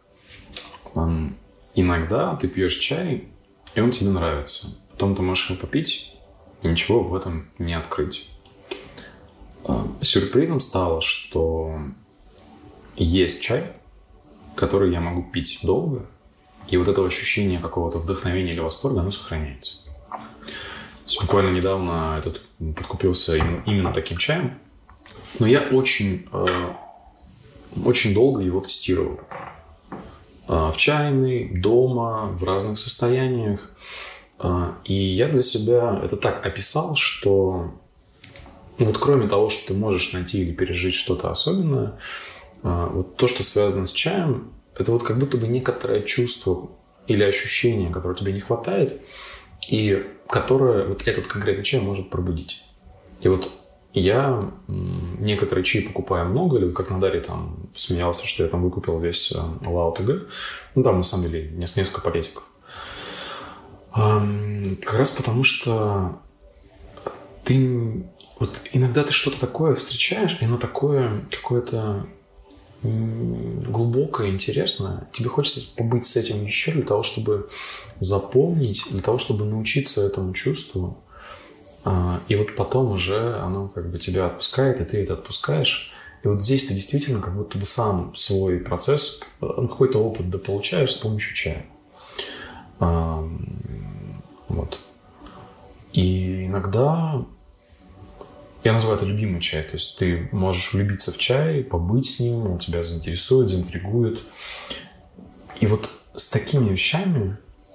Иногда ты пьешь чай, и он тебе нравится. Потом ты можешь его попить, и ничего в этом не открыть. Сюрпризом стало, что есть чай, который я могу пить долго, и вот это ощущение какого-то вдохновения или восторга, оно сохраняется. Буквально недавно подкупился именно таким чаем, но я очень долго его тестировал. В чайной, дома, в разных состояниях. И я для себя это так описал, что вот кроме того, что ты можешь найти или пережить что-то особенное, вот то, что связано с чаем, это вот как будто бы некоторое чувство или ощущение, которого тебе не хватает, и которое вот этот конкретный чай может пробудить. И вот я некоторые чаи покупаю много, или как на Дарье там смеялся, что я там выкупил весь Лао ТГ. Ну, там на самом деле несколько пакетиков. Как раз потому, что ты вот иногда ты что-то такое встречаешь, и оно такое какое-то глубокое, интересное. Тебе хочется побыть с этим еще для того, чтобы запомнить, для того, чтобы научиться этому чувству. И вот потом уже оно как бы тебя отпускает, и ты это отпускаешь. И вот здесь ты действительно как будто бы сам свой процесс, какой-то опыт получаешь с помощью чая. Вот. И иногда я называю это любимый чай. То есть ты можешь влюбиться в чай, побыть с ним, он тебя заинтересует, заинтригует. И вот с такими вещами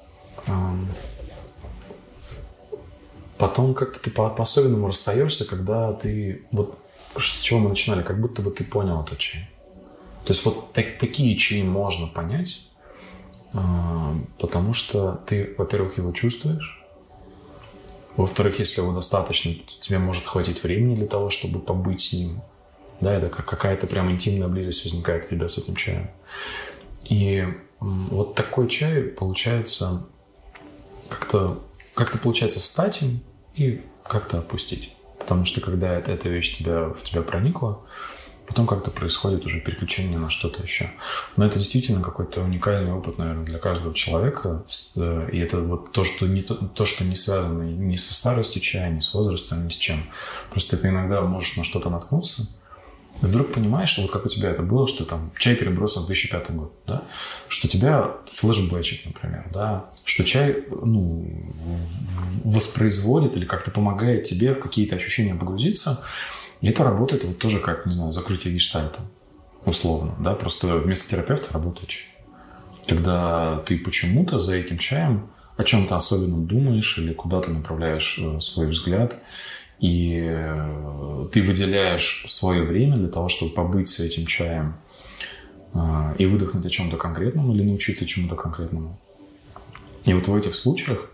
потом как-то ты по-особенному расстаешься, когда ты... Вот с чего мы начинали, как будто бы ты понял этот чай. То есть вот такие чаи можно понять, потому что ты, во-первых, его чувствуешь. Во-вторых, если его достаточно, то тебе может хватить времени для того, чтобы побыть с ним. Да, это какая-то прям интимная близость возникает у тебя с этим чаем. И вот такой чай получается как-то получается стать им и как-то отпустить. Потому что когда эта вещь в тебя проникла, потом как-то происходит уже переключение на что-то еще. Но это действительно какой-то уникальный опыт, наверное, для каждого человека. И это вот то, что не связано ни со старостью чая, ни с возрастом, ни с чем. Просто ты иногда можешь на что-то наткнуться, и вдруг понимаешь, что вот как у тебя это было, что там чай перебросил в 2005 год, да? Что тебя флешбэчит, например, да? Что чай воспроизводит или как-то помогает тебе в какие-то ощущения погрузиться. И это работает вот тоже как, не знаю, закрытие гештальта, условно, да, просто вместо терапевта работает чай. Когда ты почему-то за этим чаем о чем-то особенном думаешь или куда-то направляешь свой взгляд, и ты выделяешь свое время для того, чтобы побыть с этим чаем и выдохнуть о чем-то конкретном или научиться чему-то конкретному. И вот в этих случаях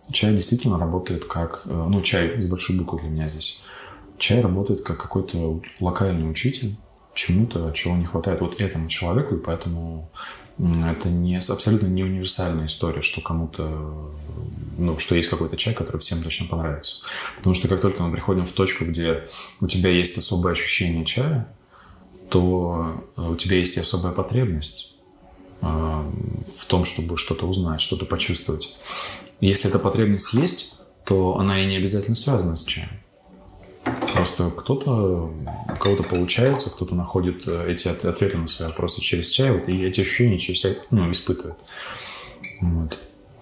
чай действительно работает как... Ну, чай с большой буквы для меня здесь. Чай работает как какой-то локальный учитель чему-то, чего не хватает вот этому человеку, и поэтому это абсолютно не универсальная история, что кому-то... Ну, что есть какой-то чай, который всем точно понравится. Потому что как только мы приходим в точку, где у тебя есть особое ощущение чая, то у тебя есть и особая потребность в том, чтобы что-то узнать, что-то почувствовать. Если эта потребность есть, то она и не обязательно связана с чаем. Просто у кого-то получается, кто-то находит эти ответы на свои вопросы через чай, вот, и эти ощущения через чай испытывает. Вот.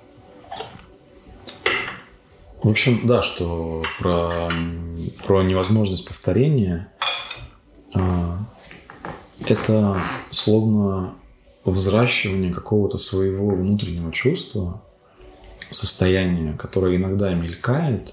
В общем, да, что про невозможность повторения это словно взращивание какого-то своего внутреннего чувства, состояния, которое иногда мелькает,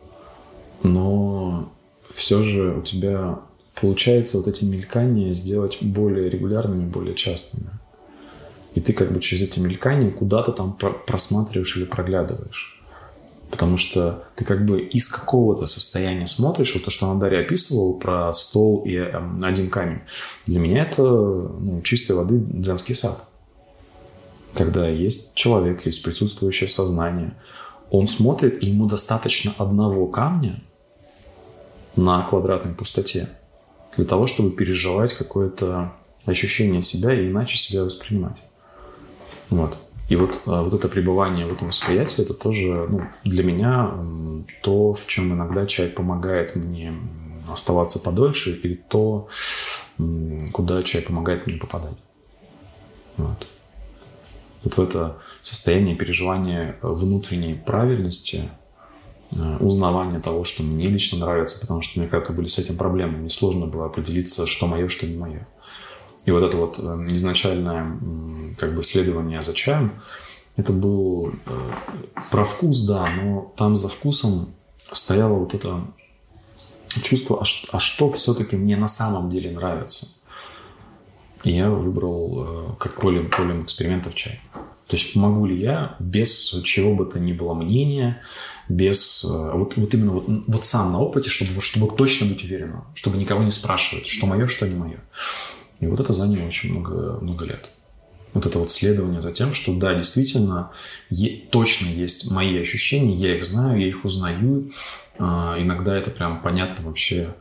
но все же у тебя получается вот эти мелькания сделать более регулярными, более частыми. И ты как бы через эти мелькания куда-то там просматриваешь или проглядываешь. Потому что ты как бы из какого-то состояния смотришь. Вот то, что Дарья описывала про стол и один камень. Для меня это чистой воды дзенский сад. Когда есть человек, есть присутствующее сознание. Он смотрит, и ему достаточно одного камня на квадратной пустоте для того, чтобы переживать какое-то ощущение себя и иначе себя воспринимать. Вот. И вот это пребывание в этом восприятии, это тоже для меня то, в чем иногда чай помогает мне оставаться подольше, или то, куда чай помогает мне попадать. Вот. Вот в это состояние переживания внутренней правильности, узнавания того, что мне лично нравится, потому что у меня когда-то были с этим проблемы. Мне сложно было определиться, что мое, что не мое. И вот это вот изначальное как бы следование за чаем, это был про вкус, да, но там за вкусом стояло вот это чувство, а что все-таки мне на самом деле нравится. И я выбрал как полем экспериментов чай. То есть могу ли я без чего бы то ни было мнения, без вот именно вот сам на опыте, чтобы точно быть уверенным, чтобы никого не спрашивать, что мое, что не мое. И вот это заняло очень много лет. Вот это вот следование за тем, что да, действительно, точно есть мои ощущения, я их знаю, я их узнаю. Иногда это прям понятно вообще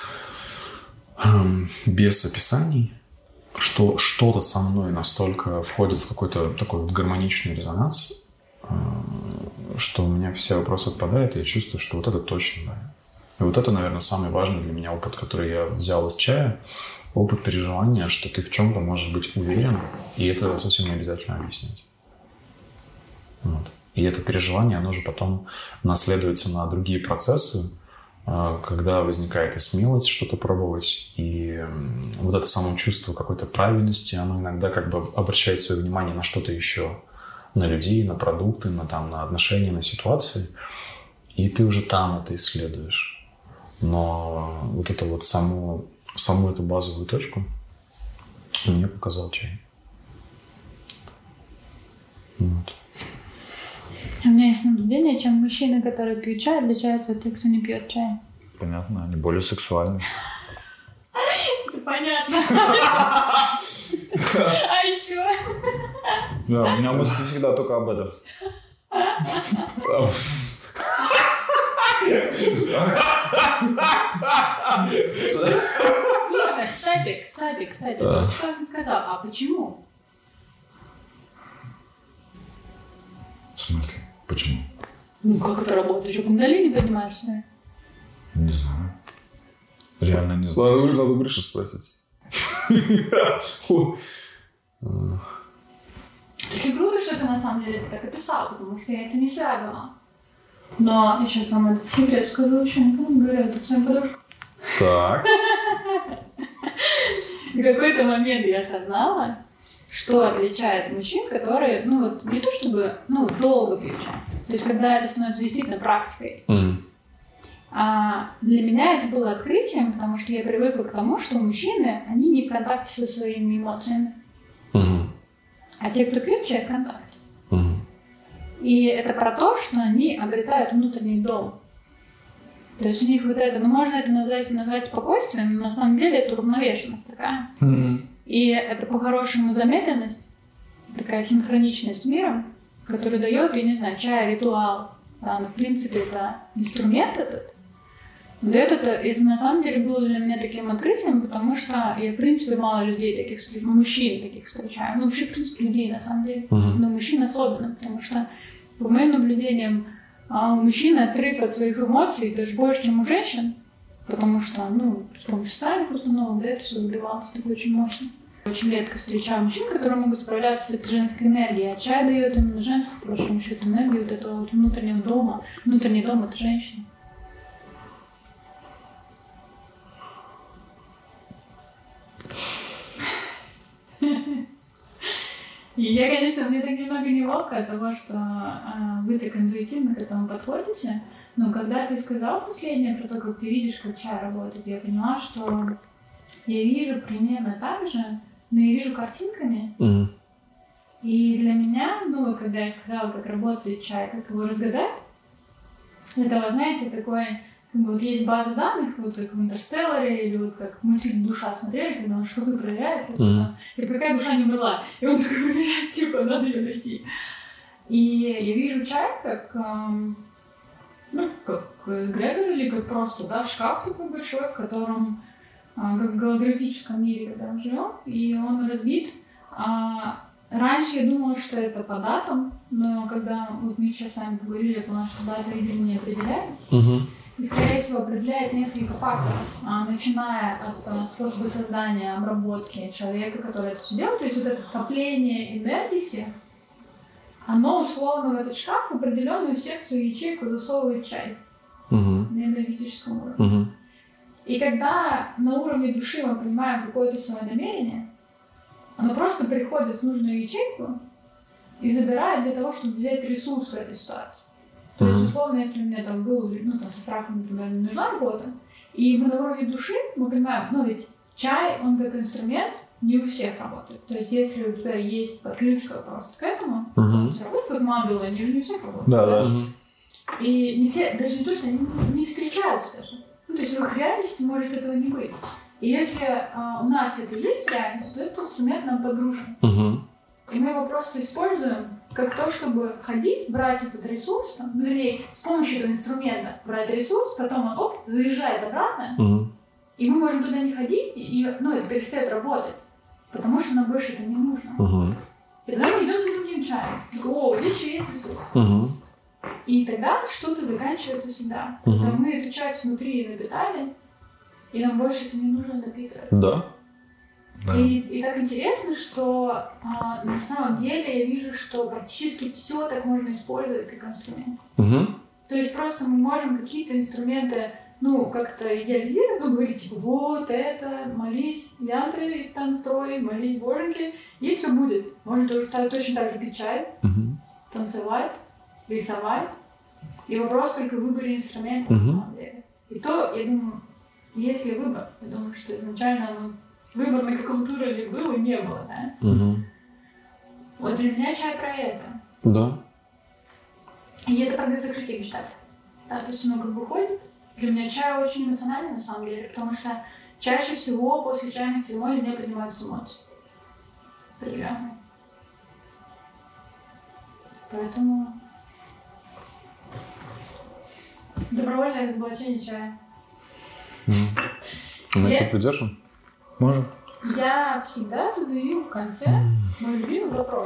без описаний, что что-то со мной настолько входит в какой-то такой вот гармоничный резонанс, что у меня все вопросы отпадают, и я чувствую, что вот это точно, да. И вот это, наверное, самый важный для меня опыт, который я взял из чая. Опыт переживания, что ты в чем-то можешь быть уверен, и это совсем не обязательно объяснять. Вот. И это переживание, оно же потом наследуется на другие процессы, когда возникает и смелость что-то пробовать, и вот это само чувство какой-то правильности, оно иногда как бы обращает свое внимание на что-то еще, на людей, на продукты, на отношения, на ситуации, и ты уже там это исследуешь. Но вот это вот саму эту базовую точку мне показал чай. Вот. У меня есть наблюдение, чем мужчины, которые пьют чай, отличаются от тех, кто не пьет чай. Понятно, они более сексуальны. Это понятно. А еще? Да, у меня мысли всегда только об этом. Слушай, кстати, ты очень классно сказал. А почему? В смысле? Почему? Ну, как это работает? Ты что, кундалини поднимаешь себя? Не знаю. Реально не знаю. Надо Гришу спросить. Очень круто, что ты на самом деле так описал, потому что я это не связывала. Но я сейчас вам этот секрет скажу, очень говорю это своим подружкам. Так. В какой-то момент я осознала, что отличает мужчин, которые, не то чтобы, долго пьют чай. То есть, когда это становится действительно практикой. А для меня это было открытием, потому что я привыкла к тому, что мужчины, они не в контакте со своими эмоциями. А те, кто пьют чай, в контакте. И это про то, что они обретают внутренний дом. То есть у них вот это, можно это назвать спокойствием, но на самом деле это уравновешенность такая. И это по-хорошему замедленность, такая синхроничность с миром, которую дает, я не знаю, чай, ритуал. Да, но в принципе это инструмент этот. Дает это на самом деле было для меня таким открытием, потому что я в принципе мало людей таких встречаю, мужчин таких встречаю. Ну вообще в принципе людей на самом деле. Но мужчин особенно, потому что по моим наблюдениям у мужчин отрыв от своих эмоций даже больше, чем у женщин, потому что, с помощью социальных установок, да, это все добивалось так очень мощно. Очень редко встречаю мужчин, которые могут справляться с этой женской энергией, а чай дает именно женскую, по большому счету, энергию вот этого вот внутреннего дома. Внутренний дом — это женщина. И я, конечно, мне так немного неловко от того, что вы так интуитивно к этому подходите, но когда ты сказал последнее про то, как ты видишь, как чай работает, я поняла, что я вижу примерно так же, но я вижу картинками. И для меня, когда я сказала, как работает чай, как его разгадать, это, вы знаете, такой, вот есть база данных, вот как в «Интерстелларе», или вот как мультфильм «Душа» смотрели, когда он что-то проверяет, какая душа не умерла, и он такой проверяет, типа, надо ее найти. И я вижу чай как, как эгрегор или как просто, да, шкаф такой большой, в котором, как в голографическом мире, когда мы живем, и он разбит. Раньше я думала, что это по датам, но когда вот мы сейчас с вами поговорили, я поняла, что дата видимо не определяет. И, скорее всего, определяет несколько факторов, начиная от способа создания, обработки человека, который это все делает. То есть вот это скопление энергии всех, оно условно в этот шкаф в определенную секцию ячейку засовывает чай на энергетическом уровне. И когда на уровне души мы понимаем какое-то свое намерение, оно просто приходит в нужную ячейку и забирает для того, чтобы взять ресурс в этой ситуации. То есть, условно, если у меня там был, со страхом, например, не нужна работа, и мы на уровне души, мы понимаем, ведь чай, он как инструмент не у всех работает. То есть, если у тебя есть подключка просто к этому, все работает как мандалы, они же не у всех работают. Да. И не все, даже не то, что они не встречаются даже. То есть, в их реальности может этого не быть. И если у нас это есть в реальности, то этот инструмент нам подгружен. И мы его просто используем как то, чтобы ходить, брать этот ресурс, вернее, с помощью этого инструмента брать ресурс, потом он заезжает обратно, и мы можем туда не ходить, и это перестает работать, потому что нам больше это не нужно. И тогда мы идем за другим чаем. Здесь еще есть ресурс. И тогда что-то заканчивается всегда. Когда мы эту часть внутри напитали, и нам больше это не нужно напитывать. Да. И так интересно, что на самом деле я вижу, что практически все так можно использовать как инструмент. То есть просто мы можем какие-то инструменты, как-то идеализировать, говорить, типа, вот это, молись, янтры, танцой, молись, боженьки, и все будет. Можно точно так же пить чай, танцевать, рисовать. И вопрос только в выборе инструмента, на самом деле. И то, я думаю, есть ли выбор? Я думаю, что изначально выбор номенклатуры ли был и не было, да? Вот для меня чай про это. Да. И это про закрытие гештальта. Да, то есть оно как бы ходит. Для меня чай очень эмоциональный на самом деле, потому что чаще всего после чайных церемоний у меня поднимаются эмоции. Определенно. Поэтому добровольное разоблачение чая. Мы еще придержим? Можем. Я всегда задаю в конце мой любимый вопрос.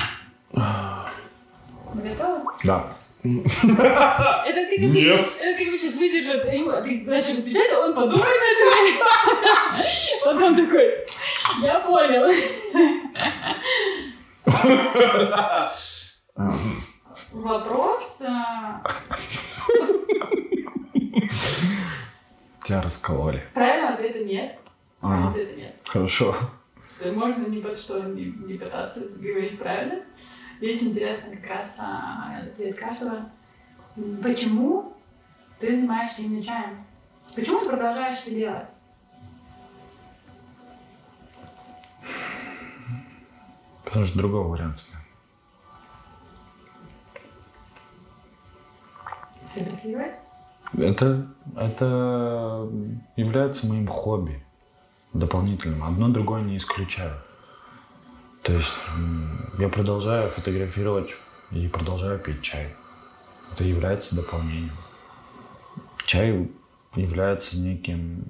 Вы готовы? Да. Это как бы сейчас выдержит, ты начнешь отвечать, он подумает это. Потом такой, я понял. Вопрос. Тебя раскололи. Правильного ответа нет. Правильного ответа нет. Хорошо. Можно ни под что не пытаться говорить правильно. Здесь интересно как раз ответ каждого. Почему ты занимаешься именно чаем? Почему ты продолжаешь это делать? Потому что другого варианта нет. Фотографировать? Это является моим хобби дополнительным. Одно другое не исключаю. То есть я продолжаю фотографировать и продолжаю пить чай. Это является дополнением. Чай является неким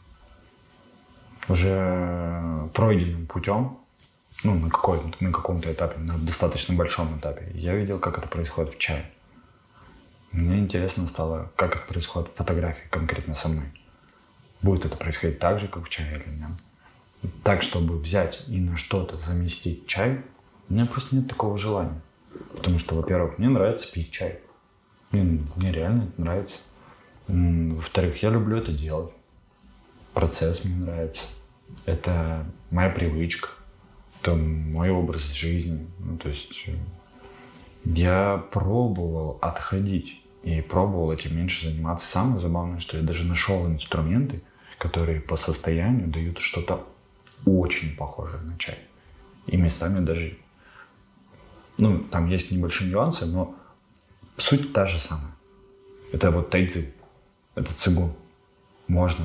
уже пройденным путем, на каком-то этапе, на достаточно большом этапе. Я видел, как это происходит в чае. Мне интересно стало, как это происходит в фотографии конкретно со мной. Будет это происходить так же, как в чае или нет. Так, чтобы взять и на что-то заместить чай, у меня просто нет такого желания. Потому что, во-первых, мне нравится пить чай. Мне реально это нравится. Во-вторых, я люблю это делать. Процесс мне нравится. Это моя привычка. Это мой образ жизни. То есть я пробовал отходить и пробовал этим меньше заниматься. Самое забавное, что я даже нашел инструменты, которые по состоянию дают что-то очень похожее на чай. И местами даже... там есть небольшие нюансы, но суть та же самая. Это вот тайцзи. Это цигун. Можно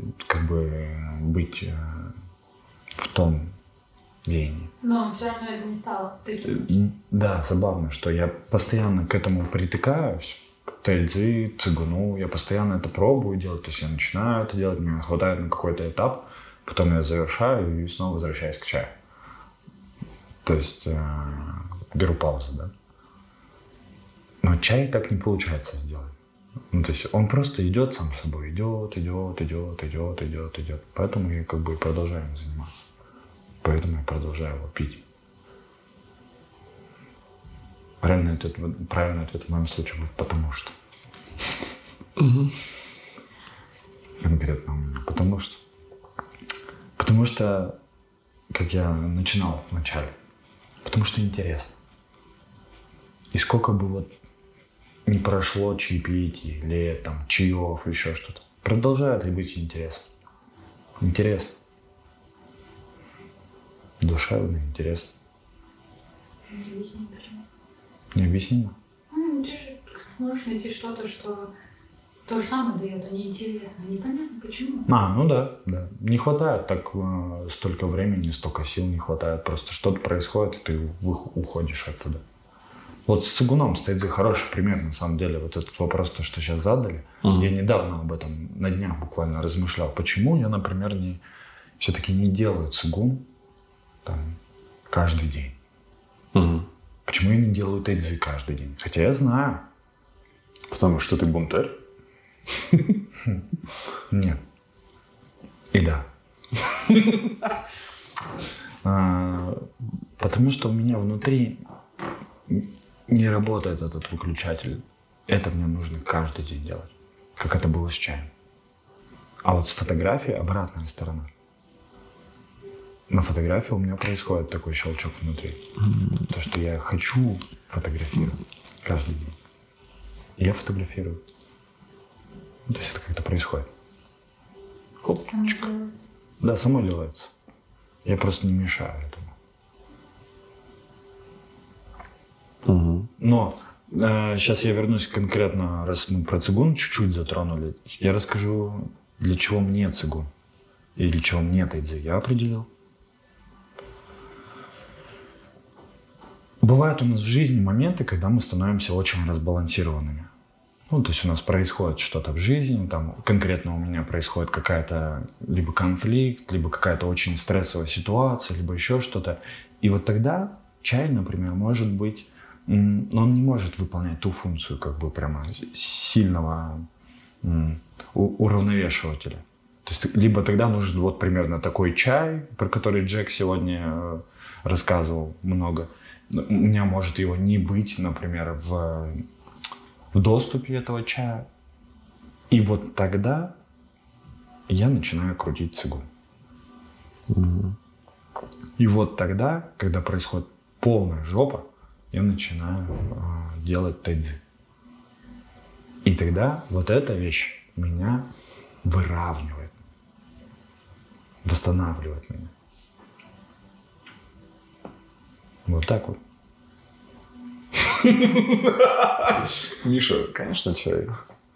быть в том веянии. Но все равно это не стало. Да, забавно, что я постоянно к этому притыкаюсь. К тайцзи, цигуну. Я постоянно это пробую делать. То есть я начинаю это делать, мне хватает на какой-то этап, потом я завершаю и снова возвращаюсь к чаю. То есть беру паузу, да. Но чай так не получается сделать. То есть он просто идет сам собой, идет. Поэтому я продолжаю им заниматься. Поэтому я продолжаю его пить. Правильный ответ в моем случае будет «потому что». Конкретно у меня. Потому что, как я начинал вначале, потому что интересно. И сколько бы не прошло чаепитий, лет, чаев, еще что-то. Продолжает ли быть интересно? Интересно. Душевно, интересно. Необъяснимо почему. Необъяснимо? Ты же можешь найти что-то, что то же самое дает, а не интересно. Непонятно почему. Да. Не хватает столько времени, столько сил не хватает. Просто что-то происходит, и ты уходишь оттуда. Вот с цигуном, с тайцзи хороший пример, на самом деле. Вот этот вопрос, то, что сейчас задали. Я недавно об этом на днях буквально размышлял. Почему я, например, все-таки не делаю цигун каждый день? Почему я не делаю тайцзи каждый день? Хотя я знаю. Потому что ты бунтарь? Нет. И да. Потому что у меня внутри не работает этот выключатель. Это мне нужно каждый день делать. Как это было с чаем. А вот с фотографией обратная сторона. На фотографии у меня происходит такой щелчок внутри. То, что я хочу фотографировать каждый день. И я фотографирую. То есть это как-то происходит. Само делается. Да, само делается. Я просто не мешаю этому. Но сейчас я вернусь конкретно, раз мы про цигун чуть-чуть затронули. Я расскажу, для чего мне цигун. И для чего мне тайцзи. Я определил. Бывают у нас в жизни моменты, когда мы становимся очень разбалансированными. То есть у нас происходит что-то в жизни, конкретно у меня происходит какая-то либо конфликт, либо какая-то очень стрессовая ситуация, либо еще что-то. И вот тогда чай, например, может быть, он не может выполнять ту функцию прямо сильного уравновешивателя. То есть либо тогда нужен примерно такой чай, про который Джек сегодня рассказывал много. У меня может его не быть, например, в доступе этого чая. И вот тогда я начинаю крутить цигун. И вот тогда, когда происходит полная жопа, я начинаю делать тайцзи. И тогда вот эта вещь меня выравнивает, восстанавливает меня. Вот так вот. Миша, конечно, чай.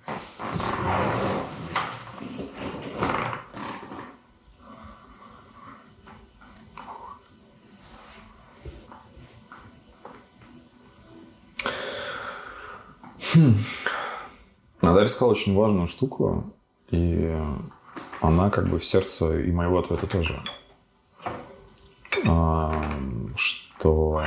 Наталья сказала очень важную штуку, и она как бы в сердце и моего ответа тоже. Что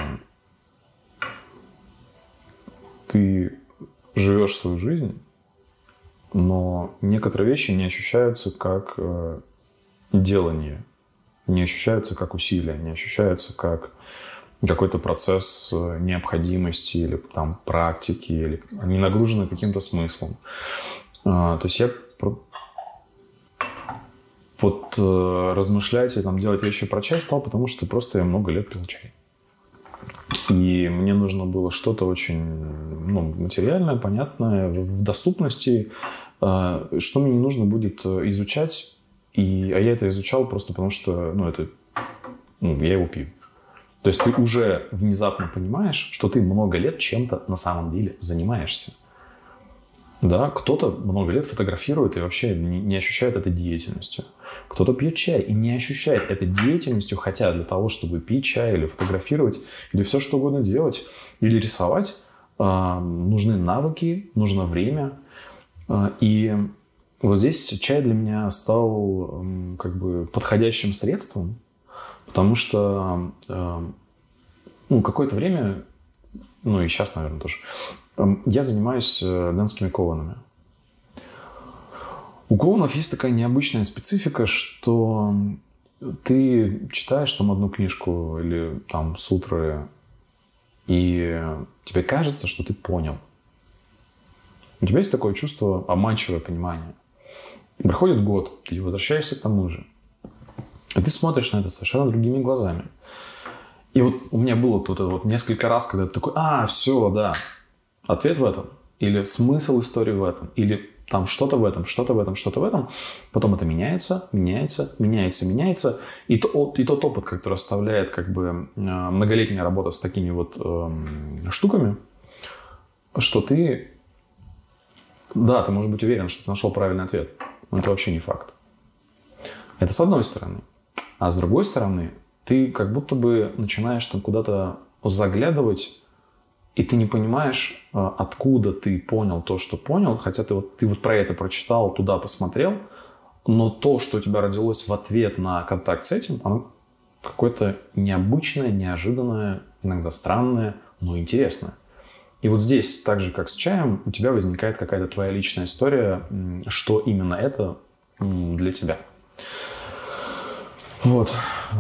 ты живешь свою жизнь, но некоторые вещи не ощущаются как делание, не ощущаются как усилие, не ощущаются как какой-то процесс необходимости или там практики, или не нагружены каким-то смыслом. То есть я вот размышлять и там делать вещи про чай стал, потому что просто я много лет пил чай. И мне нужно было что-то очень материальное, понятное, в доступности, что мне не нужно будет изучать. А я это изучал просто потому, что я его пью. То есть ты уже внезапно понимаешь, что ты много лет чем-то на самом деле занимаешься. Да, кто-то много лет фотографирует и вообще не ощущает это деятельностью. Кто-то пьет чай и не ощущает это деятельностью, хотя для того, чтобы пить чай или фотографировать, или все что угодно делать, или рисовать, нужны навыки, нужно время. И вот здесь чай для меня стал как бы подходящим средством, потому что какое-то время, и сейчас, наверное, тоже, я занимаюсь денскими кованами. У кованов есть такая необычная специфика, что ты читаешь там одну книжку или там сутры, и тебе кажется, что ты понял. У тебя есть такое чувство, обманчивое понимание. И проходит год, ты возвращаешься к тому же. И ты смотришь на это совершенно другими глазами. И вот у меня было вот это вот несколько раз, когда ты такой, все, да, ответ в этом. Или смысл истории в этом. Или там что-то в этом, что-то в этом, что-то в этом. Потом это меняется. И тот опыт, который оставляет как бы многолетняя работа с такими вот штуками, что ты можешь быть уверен, что ты нашел правильный ответ. Но это вообще не факт. Это с одной стороны. А с другой стороны, ты как будто бы начинаешь там куда-то заглядывать, и ты не понимаешь, откуда ты понял то, что понял, хотя ты вот про это прочитал, туда посмотрел, но то, что у тебя родилось в ответ на контакт с этим, оно какое-то необычное, неожиданное, иногда странное, но интересное. И вот здесь, так же как с чаем, у тебя возникает какая-то твоя личная история, что именно это для тебя. Вот.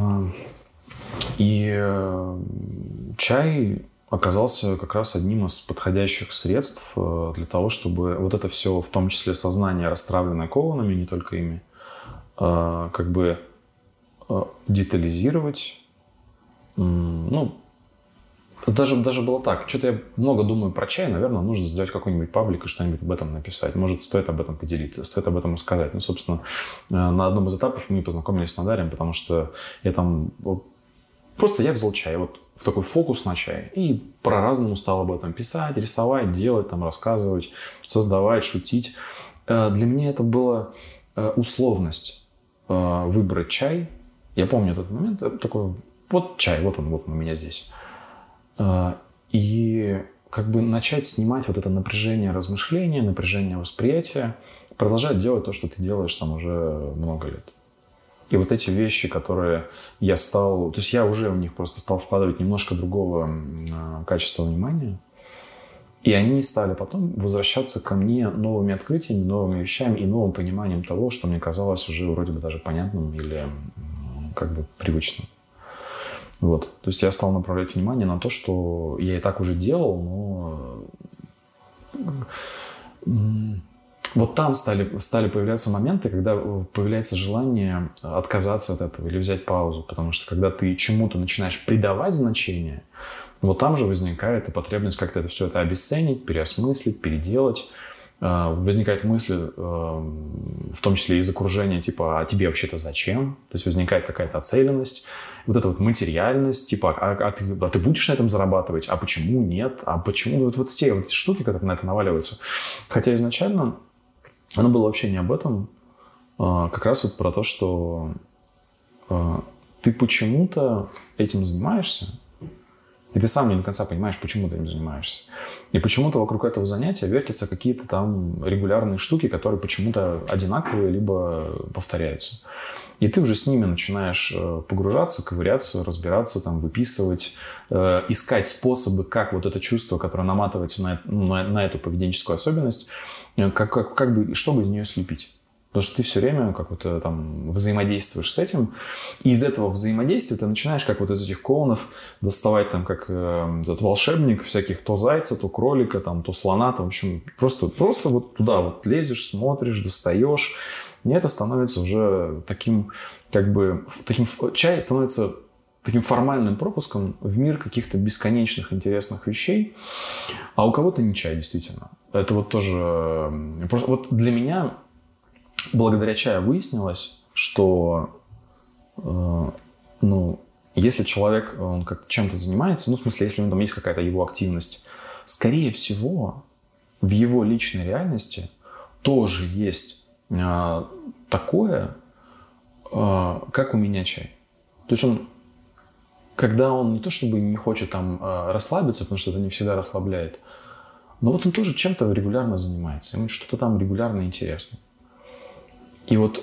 И чай оказался как раз одним из подходящих средств для того, чтобы вот это все, в том числе сознание, расстравленное кованами, не только ими, как бы детализировать. Даже было так. Что-то я много думаю про чай. Наверное, нужно сделать какой-нибудь паблик и что-нибудь об этом написать. Может, стоит об этом поделиться, стоит об этом рассказать. Собственно, на одном из этапов мы познакомились с Надарем, потому что я там... Просто я взял чай, вот в такой фокус на чай. И по-разному стал об этом писать, рисовать, делать, там, рассказывать, создавать, шутить. Для меня это была условность выбрать чай. Я помню этот момент. Такой, вот чай, вот он у меня здесь. И как бы начать снимать вот это напряжение размышления, напряжение восприятия, продолжать делать то, что ты делаешь там уже много лет. И вот эти вещи, которые я стал... То есть я уже в них просто стал вкладывать немножко другого качества внимания. И они стали потом возвращаться ко мне новыми открытиями, новыми вещами и новым пониманием того, что мне казалось уже вроде бы даже понятным или как бы привычным. Вот. То есть я стал направлять внимание на то, что я и так уже делал, но вот там стали появляться моменты, когда появляется желание отказаться от этого или взять паузу. Потому что когда ты чему-то начинаешь придавать значение, вот там же возникает и потребность как-то это все это обесценить, переосмыслить, переделать. Возникают мысли, в том числе из окружения, типа, а тебе вообще-то зачем? То есть возникает какая-то оцеленность. вот эта вот материальность, типа, а ты будешь на этом зарабатывать? А почему нет? А почему? Вот все вот эти штуки, которые на это наваливаются. Хотя изначально оно было вообще не об этом. Как раз вот про то, что ты почему-то этим занимаешься, и ты сам не до конца понимаешь, почему ты этим занимаешься. И почему-то вокруг этого занятия вертятся какие-то там регулярные штуки, которые почему-то одинаковые, либо повторяются. И ты уже с ними начинаешь погружаться, ковыряться, разбираться, там, выписывать, искать способы, как вот это чувство, которое наматывается на эту поведенческую особенность, как бы, чтобы из нее слепить. Потому что ты все время как-то там взаимодействуешь с этим. И из этого взаимодействия ты начинаешь, как вот из этих клоунов, доставать там, как этот волшебник, всяких то зайца, то кролика, там, то слона. Там, в общем, просто вот туда вот лезешь, смотришь, достаешь. И это становится уже таким, чай становится таким формальным пропуском в мир каких-то бесконечных интересных вещей. А у кого-то не чай, действительно. Это вот тоже... Просто вот для меня... Благодаря чаю выяснилось, что если человек он как-то чем-то занимается, в смысле, если у него там есть какая-то его активность, скорее всего, в его личной реальности тоже есть такое, как у меня чай. То есть когда он не то чтобы не хочет там расслабиться, потому что это не всегда расслабляет, но вот он тоже чем-то регулярно занимается, ему что-то там регулярно интересно. И вот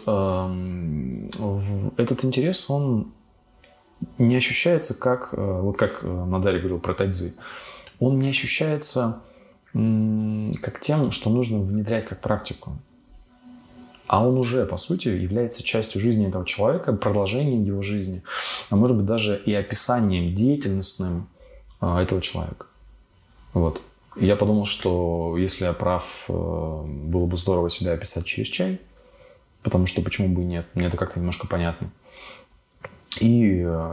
этот интерес, он не ощущается как Надарий говорил про тайцзи, он не ощущается как тем, что нужно внедрять как практику. А он уже, по сути, является частью жизни этого человека, продолжением его жизни, а может быть даже и описанием деятельностным этого человека. Вот. И я подумал, что если я прав, было бы здорово себя описать через чай, потому что почему бы и нет, мне это как-то немножко понятно. И у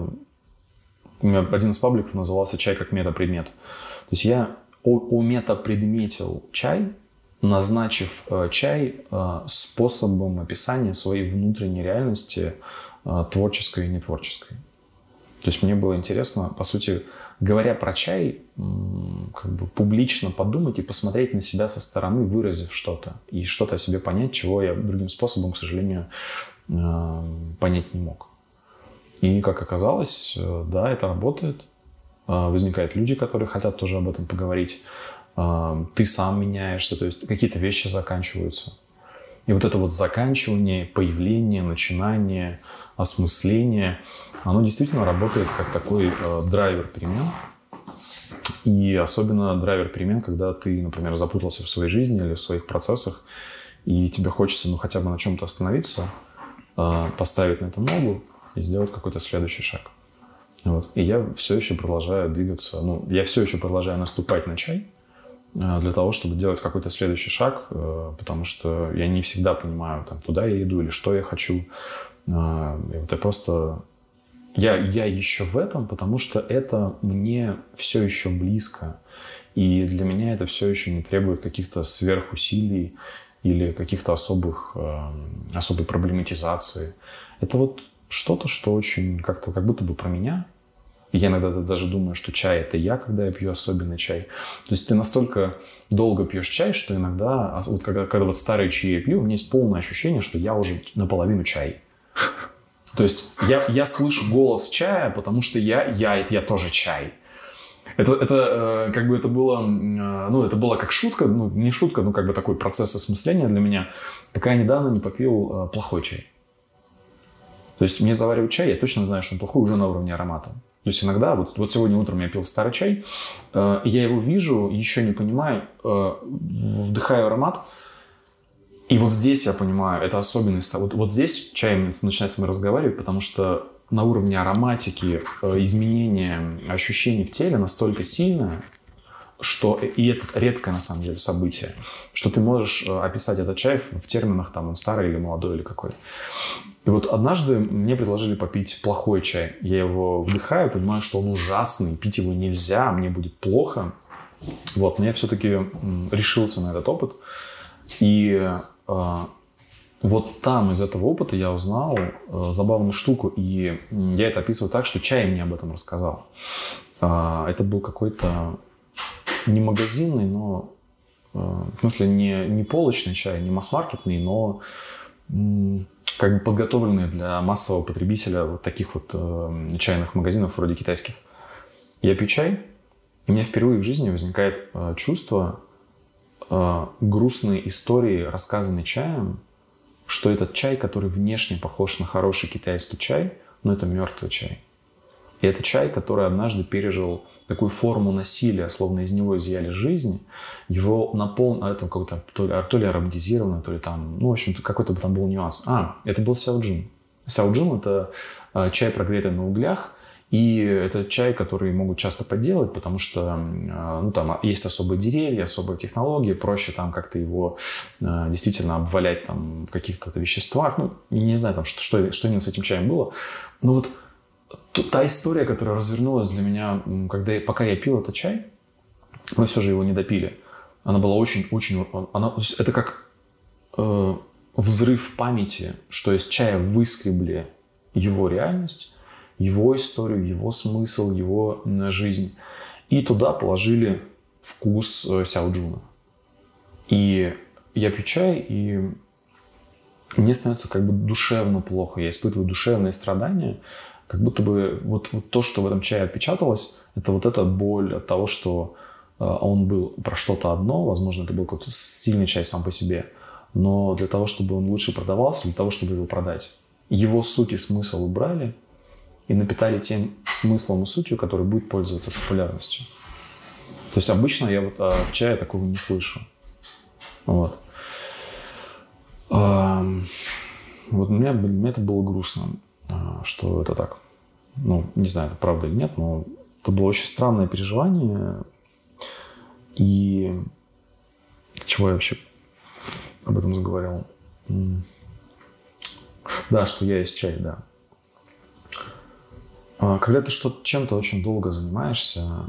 меня один из пабликов назывался «Чай как метапредмет». То есть я метапредметил чай, назначив чай способом описания своей внутренней реальности, творческой и нетворческой. То есть мне было интересно, по сути, говоря про чай, как бы публично подумать и посмотреть на себя со стороны, выразив что-то. И что-то о себе понять, чего я другим способом, к сожалению, понять не мог. И, как оказалось, да, это работает. Возникают люди, которые хотят тоже об этом поговорить. Ты сам меняешься, то есть какие-то вещи заканчиваются. И вот это вот заканчивание, появление, начинание, осмысление, оно действительно работает как такой драйвер перемен. И особенно драйвер перемен, когда ты, например, запутался в своей жизни или в своих процессах, и тебе хочется хотя бы на чем-то остановиться, поставить на это ногу и сделать какой-то следующий шаг. Вот. И я все еще продолжаю двигаться, я все еще продолжаю наступать на чай, для того, чтобы делать какой-то следующий шаг, потому что я не всегда понимаю, куда я иду или что я хочу. И вот я еще в этом, потому что это мне все еще близко. И для меня это все еще не требует каких-то сверхусилий или каких-то особой проблематизации. Это вот что-то, что очень как будто бы про меня. И я иногда даже думаю, что чай – это я, когда я пью особенный чай. То есть ты настолько долго пьешь чай, что иногда, вот когда вот старые чаи я пью, у меня есть полное ощущение, что я уже наполовину чай. То есть я слышу голос чая, потому что я тоже чай. Это как бы это было, это было как шутка, не шутка, но как бы такой процесс осмысления для меня, пока я недавно не попил плохой чай. То есть мне заваривают чай, я точно знаю, что он плохой уже на уровне аромата. То есть иногда, вот сегодня утром я пил старый чай, я его вижу, еще не понимаю, вдыхаю аромат, и вот здесь я понимаю, это особенность. Вот здесь чай начинает со мной разговаривать, потому что на уровне ароматики изменение ощущений в теле настолько сильное, что, и это редкое на самом деле событие, что ты можешь описать этот чай в терминах, там, он старый или молодой, или какой. И вот однажды мне предложили попить плохой чай. Я его вдыхаю, понимаю, что он ужасный, пить его нельзя, мне будет плохо. Вот, но я все-таки решился на этот опыт. И вот там из этого опыта я узнал забавную штуку, и я это описываю так, что чай мне об этом рассказал. Это был какой-то не магазинный, но в смысле не полочный чай, не масс-маркетный, но как бы подготовленный для массового потребителя вот таких вот чайных магазинов вроде китайских. Я пью чай, и у меня впервые в жизни возникает чувство грустной истории, рассказанной чаем, что этот чай, который внешне похож на хороший китайский чай, но это мертвый чай. И это чай, который однажды пережил такую форму насилия, словно из него изъяли жизнь, его это какой-то то ли ароматизированный, то ли там, ну, в общем-то, какой-то там был нюанс. Это был сяоджин. Сяоджин – это чай, прогретый на углях, и это чай, который могут часто подделать, потому что ну, там есть особые деревья, особые технологии, проще там как-то его действительно обвалять там в каких-то веществах. Ну, не знаю, там, что именно с этим чаем было. Но вот та история, которая развернулась для меня, пока я пил этот чай, мы все же его не допили. Она была очень-очень... Это как взрыв памяти, что из чая выскребли его реальность, его историю, его смысл, его жизнь. И туда положили вкус сяоджуна. И я пью чай, и мне становится как бы душевно плохо. Я испытываю душевные страдания. Как будто бы вот то, что в этом чае отпечаталось, это вот эта боль от того, что он был про что-то одно. Возможно, это был какой-то стильный чай сам по себе. Но для того, чтобы он лучше продавался, для того, чтобы его продать, его суть и смысл убрали и напитали тем смыслом и сутью, который будет пользоваться популярностью. То есть обычно я вот в чае такого не слышу. Вот. Вот для меня это было грустно, что это так. Ну, не знаю, это правда или нет, но это было очень странное переживание. И чего я вообще об этом заговорил? Да, что я есть чай, да. Когда ты чем-то очень долго занимаешься,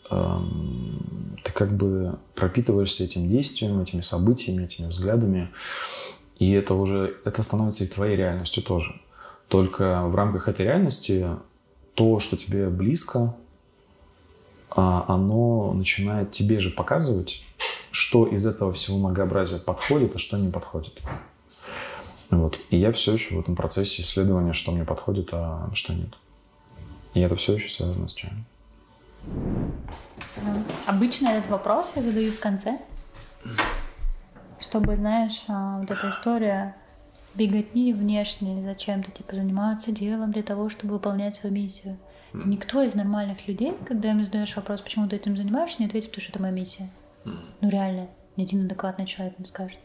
ты как бы пропитываешься этим действием, этими событиями, этими взглядами, и это становится и твоей реальностью тоже. Только в рамках этой реальности то, что тебе близко, оно начинает тебе же показывать, что из этого всего многообразия подходит, а что не подходит. Вот. И я все еще в этом процессе исследования, что мне подходит, а что нет. И это все еще связано с чаем. Обычно этот вопрос я задаю в конце, чтобы, знаешь, вот эта история беготни внешней, зачем-то типа заниматься делом для того, чтобы выполнять свою миссию. Никто из нормальных людей, когда им задаешь вопрос, почему ты этим занимаешься, не ответит, потому что это моя миссия. Ну реально, ни один адекватный человек не скажет.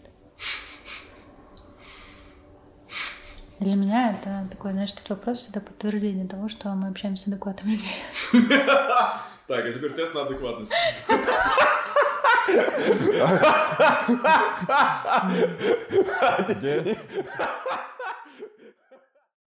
Для меня это такой, знаешь, этот вопрос — это подтверждение того, что мы общаемся с адекватными людьми. Так, а теперь тест на адекватность. Теперь...